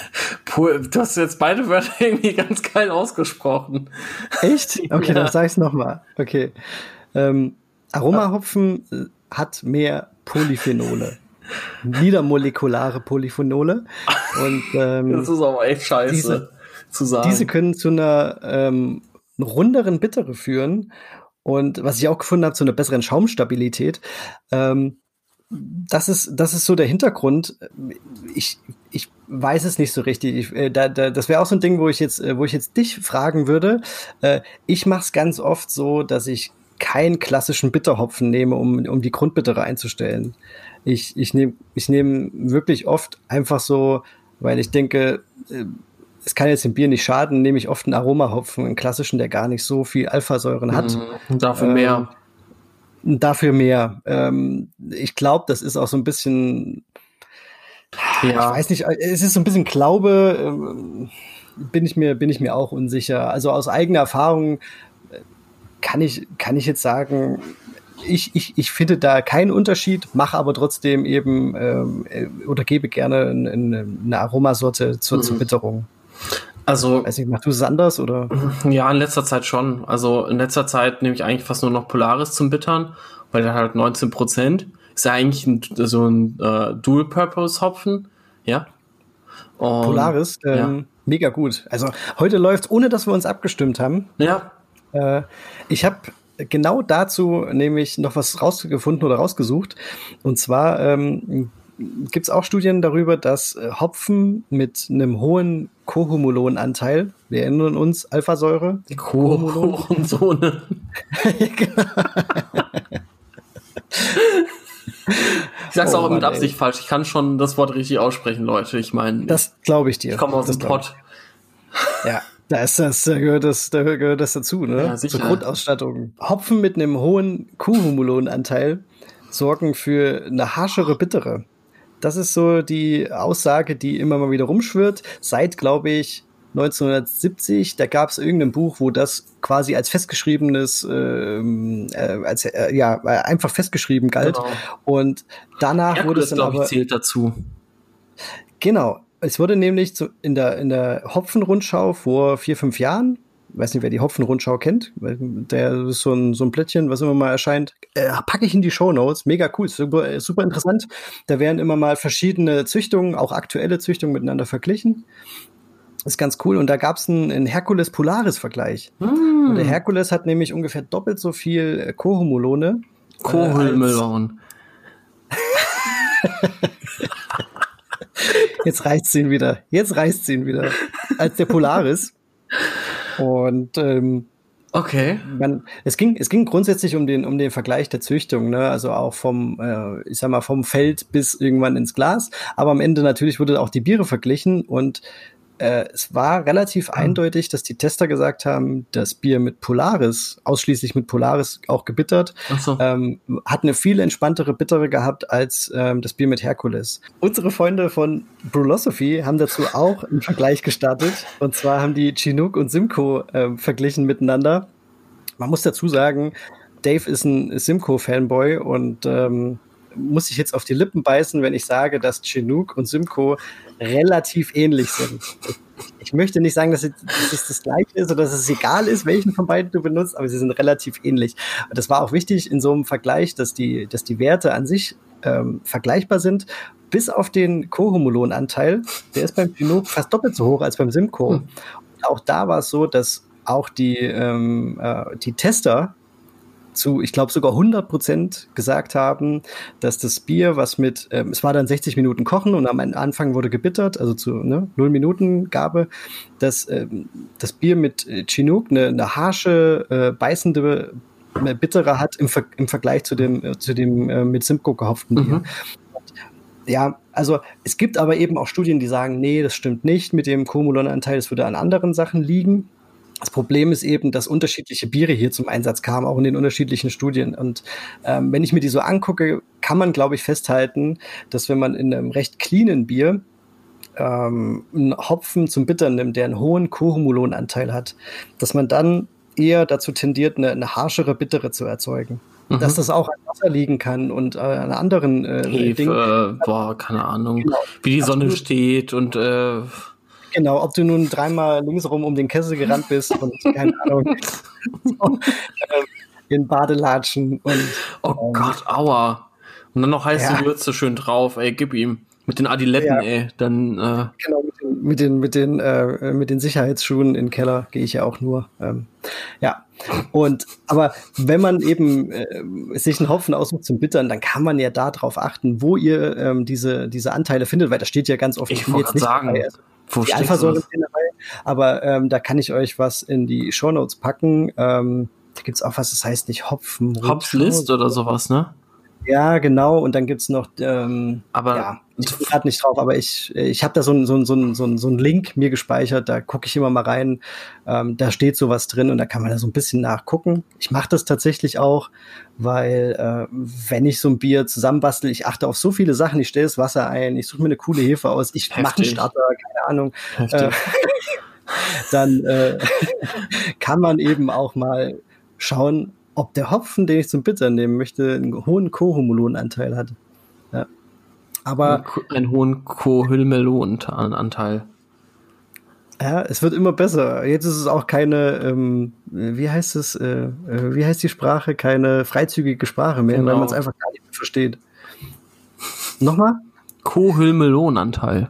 Du hast jetzt beide Wörter irgendwie ganz geil ausgesprochen. Echt? Okay, Ja. dann sag ich's nochmal. Okay. Ähm, Aromahopfen hat mehr Polyphenole. Niedermolekulare Polyphenole. Und ähm, Das ist aber echt scheiße diese, zu sagen. Diese können zu einer ähm, runderen Bittere führen. Und was ich auch gefunden habe, zu einer besseren Schaumstabilität. Ähm, das ist, das ist so der Hintergrund. Ich, ich weiß es nicht so richtig. Ich, äh, da, da, das wäre auch so ein Ding, wo ich jetzt, äh, wo ich jetzt dich fragen würde. Äh, ich mache es ganz oft so, dass ich keinen klassischen Bitterhopfen nehme, um, um die Grundbittere einzustellen. Ich, ich nehme ich nehm wirklich oft einfach so, weil ich denke, äh, es kann jetzt dem Bier nicht schaden, nehme ich oft einen Aromahopfen, einen klassischen, der gar nicht so viel Alphasäuren hat. Mhm. Dafür ähm, mehr. Dafür mehr. Ähm, ich glaube, das ist auch so ein bisschen, ja. Ich weiß nicht, es ist so ein bisschen Glaube, ähm, bin ich mir, bin ich mir auch unsicher. Also aus eigener Erfahrung kann ich, kann ich jetzt sagen, ich, ich, ich finde da keinen Unterschied, mache aber trotzdem eben ähm, oder gebe gerne eine, eine Aromasorte zur, mhm. zur Bitterung. Also, weiß nicht, machst du es anders oder? Ja, in letzter Zeit schon. Also in letzter Zeit nehme ich eigentlich fast nur noch Polaris zum Bittern, weil der halt neunzehn Prozent ist ja eigentlich ein, so ein äh, Dual-Purpose-Hopfen, ja. Und, Polaris, ähm, ja. Mega gut. Also heute läuft's, ohne dass wir uns abgestimmt haben. Ja. Äh, ich habe genau dazu nämlich noch was rausgefunden oder rausgesucht. Und zwar ähm, gibt es auch Studien darüber, dass äh, Hopfen mit einem hohen Kohomolonanteil, wir erinnern uns, Alphasäure. Die Kohomolone. Ich sag's oh, auch Mann, mit Absicht ey. falsch. Ich kann schon das Wort richtig aussprechen, Leute. Ich meine, das glaube ich dir. Ich komme aus das dem Pott. Ja, da ist das, da gehört das, da gehört das dazu, ne? Ja, sicher. Zur Grundausstattung. Hopfen mit einem hohen Kohomolonanteil sorgen für eine harschere Bittere. Das ist so die Aussage, die immer mal wieder rumschwirrt. Seit, glaube ich, neunzehnhundertsiebzig, da gab es irgendein Buch, wo das quasi als festgeschriebenes, ähm, äh, als äh, ja einfach festgeschrieben galt. Genau. Und danach Herkules, wurde es dann glaube ich, aber zählt dazu. Genau, es wurde nämlich zu, in der in der Hopfenrundschau vor vier fünf Jahren. Ich weiß nicht, wer die Hopfenrundschau kennt. Der ist so ein, so ein Blättchen, was immer mal erscheint. Äh, packe ich in die Shownotes. Mega cool, super, super interessant. Da werden immer mal verschiedene Züchtungen, auch aktuelle Züchtungen miteinander verglichen. Ist ganz cool. Und da gab es einen, einen Herkules-Polaris-Vergleich. Mm. Und der Herkules hat nämlich ungefähr doppelt so viel Kohomolone. Kohomolon. Äh, Jetzt reißt's ihn wieder. Jetzt reißt's ihn wieder. Als der Polaris. Und ähm, okay. Man, es ging, es ging grundsätzlich um den, um den Vergleich der Züchtung, ne? Also auch vom, äh, ich sag mal, vom Feld bis irgendwann ins Glas. Aber am Ende natürlich wurde auch die Biere verglichen und äh, es war relativ mhm. eindeutig, dass die Tester gesagt haben, das Bier mit Polaris, ausschließlich mit Polaris auch gebittert, so. ähm, hat eine viel entspanntere Bittere gehabt als ähm, das Bier mit Herkules. Unsere Freunde von Brewlosophy haben dazu auch einen Vergleich gestartet. Und zwar haben die Chinook und Simcoe äh, verglichen miteinander. Man muss dazu sagen, Dave ist ein Simcoe-Fanboy und ähm, muss sich jetzt auf die Lippen beißen, wenn ich sage, dass Chinook und Simcoe relativ ähnlich sind. Ich möchte nicht sagen, dass es, dass es das Gleiche ist oder dass es egal ist, welchen von beiden du benutzt, aber sie sind relativ ähnlich. Und das war auch wichtig in so einem Vergleich, dass die, dass die Werte an sich ähm, vergleichbar sind, bis auf den Kohomolonanteil. Der ist beim Chinook fast doppelt so hoch als beim Simcoe. Hm. Und auch da war es so, dass auch die, ähm, äh, die Tester zu, ich glaube, sogar hundert Prozent gesagt haben, dass das Bier, was mit, ähm, es war dann sechzig Minuten kochen und am Anfang wurde gebittert, also zu ne, null Minuten Gabe, dass ähm, das Bier mit Chinook eine, eine harsche, äh, beißende äh, Bittere hat im, Ver- im Vergleich zu dem, äh, zu dem äh, mit Simcoe gehopften Bier. Mhm. Ja, also es gibt aber eben auch Studien, die sagen, nee, das stimmt nicht mit dem Kohomolonanteil, es würde an anderen Sachen liegen. Das Problem ist eben, dass unterschiedliche Biere hier zum Einsatz kamen, auch in den unterschiedlichen Studien. Und ähm, wenn ich mir die so angucke, kann man, glaube ich, festhalten, dass wenn man in einem recht cleanen Bier ähm, einen Hopfen zum Bittern nimmt, der einen hohen Kohomolonanteil hat, dass man dann eher dazu tendiert, eine, eine harschere Bittere zu erzeugen. Mhm. Dass das auch an Wasser liegen kann und äh, an anderen äh, Hefe, Dingen. Äh, boah, keine Ahnung, genau. wie die Sonne Absolut. steht und äh, genau, ob du nun dreimal linksrum um den Kessel gerannt bist und keine Ahnung, so, äh, in Badelatschen und oh ähm, Gott, aua. Und dann noch heiße ja. Würze schön drauf, ey, gib ihm. Mit den Adiletten, Ja. ey, dann äh, genau, mit den, mit den, mit den, äh, mit den Sicherheitsschuhen in den Keller gehe ich ja auch nur. Ähm, ja, und aber wenn man eben äh, sich einen Hopfen aussucht zum Bittern, dann kann man ja da drauf achten, wo ihr ähm, diese, diese Anteile findet, weil das steht ja ganz oft ich bin wollte gerade sagen, dabei. Also, wo die steht Alphasäure das? ist dabei, aber ähm, da kann ich euch was in die Shownotes packen. Ähm, da gibt's auch was, das heißt nicht Hopfen. Hopflist oder sowas, ne? Ja, genau. Und dann gibt's noch, ähm, Aber ja, ich bin gerade nicht drauf, aber ich, ich habe da so einen so ein, so ein, so ein, so ein Link mir gespeichert, da gucke ich immer mal rein. Ähm, da steht sowas drin und da kann man da so ein bisschen nachgucken. Ich mache das tatsächlich auch, weil äh, wenn ich so ein Bier zusammenbastel, ich achte auf so viele Sachen, ich stelle das Wasser ein, ich suche mir eine coole Hefe aus, ich mache einen Heftig. Starter, keine Ahnung. Heftig. Äh, dann äh, kann man eben auch mal schauen, ob der Hopfen, den ich zum Bittern nehmen möchte, einen hohen Kohomolonanteil hat. Ja. Aber einen hohen Kohylmelonanteil. ja, es wird immer besser. Jetzt ist es auch keine, ähm, wie heißt es, äh, äh, wie heißt die Sprache? Keine freizügige Sprache mehr, Genau. weil man es einfach gar nicht mehr versteht. Nochmal? Kohylmelonanteil.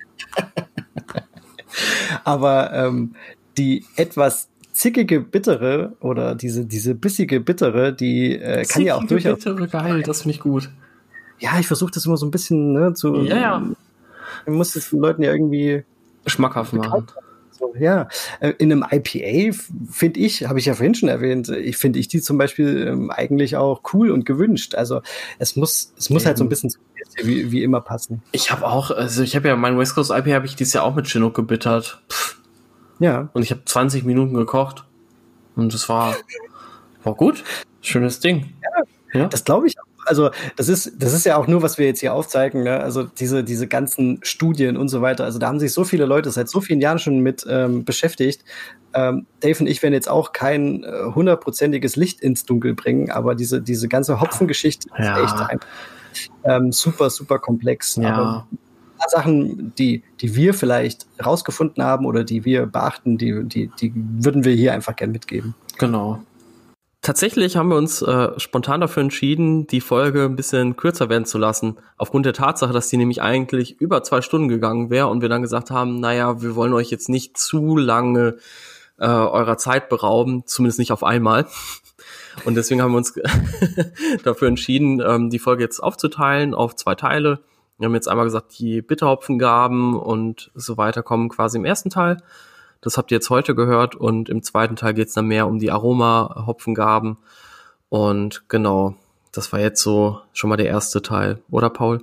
Aber ähm, die etwas zickige Bittere oder diese, diese bissige Bittere, die äh, kann ja auch Zickige durchaus. Bittere, geil, das finde ich gut. Ja, ich versuche das immer so ein bisschen ne, zu. Ja, ja. Man muss es den Leuten ja irgendwie. Schmackhaft machen. So, ja, Äh, in einem I P A finde ich, habe ich ja vorhin schon erwähnt, ich finde ich die zum Beispiel ähm, eigentlich auch cool und gewünscht. Also es muss, es muss halt so ein bisschen wie, wie immer passen. Ich habe auch, also ich habe ja mein West Coast I P A habe ich dieses Jahr auch mit Chinook gebittert. Pff. Ja. Und ich habe zwanzig Minuten gekocht und das war, war gut. Schönes Ding. Ja, ja? Das glaube ich auch. Also das ist, das ist ja auch nur, was wir jetzt hier aufzeigen, ne? Also diese, diese ganzen Studien und so weiter. Also da haben sich so viele Leute seit so vielen Jahren schon mit ähm, beschäftigt. Ähm, Dave und ich werden jetzt auch kein äh, hundertprozentiges Licht ins Dunkel bringen, aber diese, diese ganze Hopfengeschichte Ja. ist echt einfach ähm, super, super komplex. Ja. Aber ein paar Sachen, die, die wir vielleicht rausgefunden haben oder die wir beachten, die, die, die würden wir hier einfach gern mitgeben. Genau. Tatsächlich haben wir uns äh, spontan dafür entschieden, die Folge ein bisschen kürzer werden zu lassen, aufgrund der Tatsache, dass die nämlich eigentlich über zwei Stunden gegangen wäre und wir dann gesagt haben, naja, wir wollen euch jetzt nicht zu lange äh, eurer Zeit berauben, zumindest nicht auf einmal. Und deswegen haben wir uns dafür entschieden, ähm, die Folge jetzt aufzuteilen auf zwei Teile. Wir haben jetzt einmal gesagt, die Bitterhopfengaben und so weiter kommen quasi im ersten Teil. Das habt ihr jetzt heute gehört und im zweiten Teil geht es dann mehr um die Aroma-Hopfengaben. Und genau, das war jetzt so schon mal der erste Teil, oder Paul?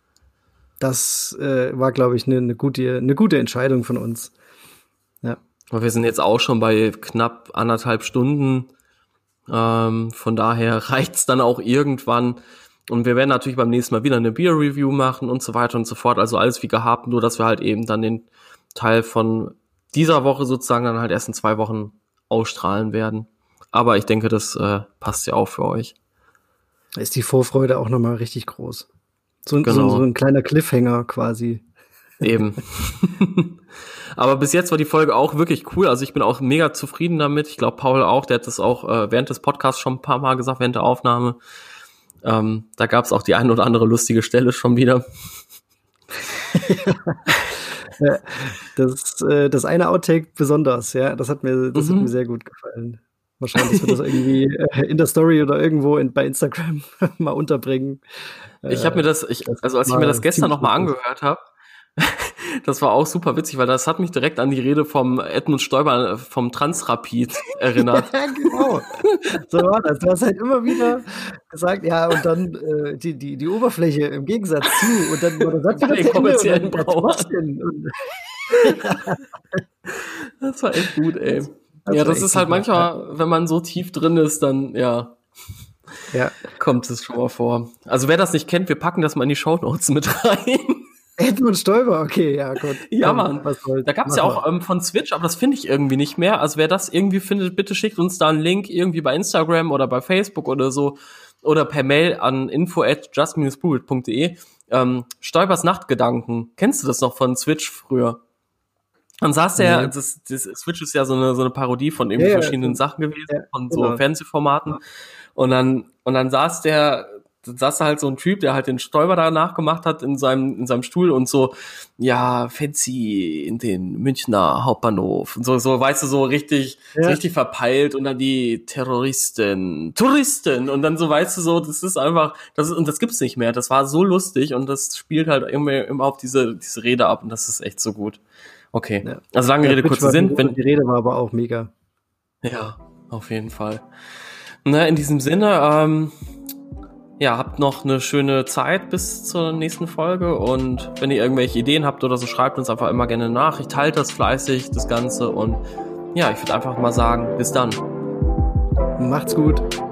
Das äh, war, glaube ich, eine ne gute, ne gute Entscheidung von uns. Ja. Aber wir sind jetzt auch schon bei knapp anderthalb Stunden. Ähm, von daher reicht's dann auch irgendwann. Und wir werden natürlich beim nächsten Mal wieder eine Beer-Review machen und so weiter und so fort. Also alles wie gehabt, nur dass wir halt eben dann den Teil von dieser Woche sozusagen dann halt erst in zwei Wochen ausstrahlen werden. Aber ich denke, das äh, passt ja auch für euch. Da ist die Vorfreude auch nochmal richtig groß. So, Genau. so, so ein kleiner Cliffhanger quasi. Eben. Aber bis jetzt war die Folge auch wirklich cool. Also ich bin auch mega zufrieden damit. Ich glaube, Paul auch. Der hat das auch äh, während des Podcasts schon ein paar Mal gesagt, während der Aufnahme. Ähm, da gab es auch die ein oder andere lustige Stelle schon wieder. Ja, das, äh, das eine Outtake besonders, ja, das hat mir, das Mhm. hat mir sehr gut gefallen. Mal schauen, dass wir das irgendwie äh, in der Story oder irgendwo in, bei Instagram mal unterbringen. Ich habe mir das, ich, das also als ich war mir das gestern ziemlich nochmal lustig. angehört habe, das war auch super witzig, weil das hat mich direkt an die Rede vom Edmund Stoiber äh, vom Transrapid erinnert. Ja, genau. So war das. Du hast halt immer wieder gesagt, ja, und dann äh, die, die, die Oberfläche im Gegensatz zu und dann wurde das Bei den kommerziellen und dann, Brauern. und, Das war echt gut, ey. Ja, das ist halt manchmal, wenn man so tief drin ist, dann, ja, ja. kommt es schon mal vor. Also wer das nicht kennt, wir packen das mal in die Shownotes mit rein. Edmund Stoiber, okay, ja, gut. Ja, Mann. Da gab's ja auch ähm, von Switch, aber das finde ich irgendwie nicht mehr. Also wer das irgendwie findet, bitte schickt uns da einen Link irgendwie bei Instagram oder bei Facebook oder so oder per Mail an info at just dash bullet punkt de. Ähm, Stoibers Nachtgedanken. Kennst du das noch von Switch früher? Dann saß der, nee. das, das Switch ist ja so eine so eine Parodie von irgendwie ja, verschiedenen ja. Sachen gewesen, ja, von so genau. Fernsehformaten. Und dann und dann saß der Dann saß da halt so ein Typ, der halt den Stoiber da nachgemacht hat in seinem in seinem Stuhl und so, ja, fancy in den Münchner Hauptbahnhof und so, so, weißt du, so richtig, ja. so richtig verpeilt und dann die Terroristen, Touristen und dann so, weißt du, so, das ist einfach, das ist, und das gibt's nicht mehr, das war so lustig und das spielt halt immer, immer auf diese, diese Rede ab und das ist echt so gut. Okay, ja. Also lange ja, Rede, kurzer Sinn. Wenn, die Rede war aber auch mega. Ja, auf jeden Fall. Na, in diesem Sinne, ähm, ja, habt noch eine schöne Zeit bis zur nächsten Folge und wenn ihr irgendwelche Ideen habt oder so, schreibt uns einfach immer gerne eine Nachricht, teilt das fleißig, das Ganze und ja, ich würde einfach mal sagen, bis dann. Macht's gut.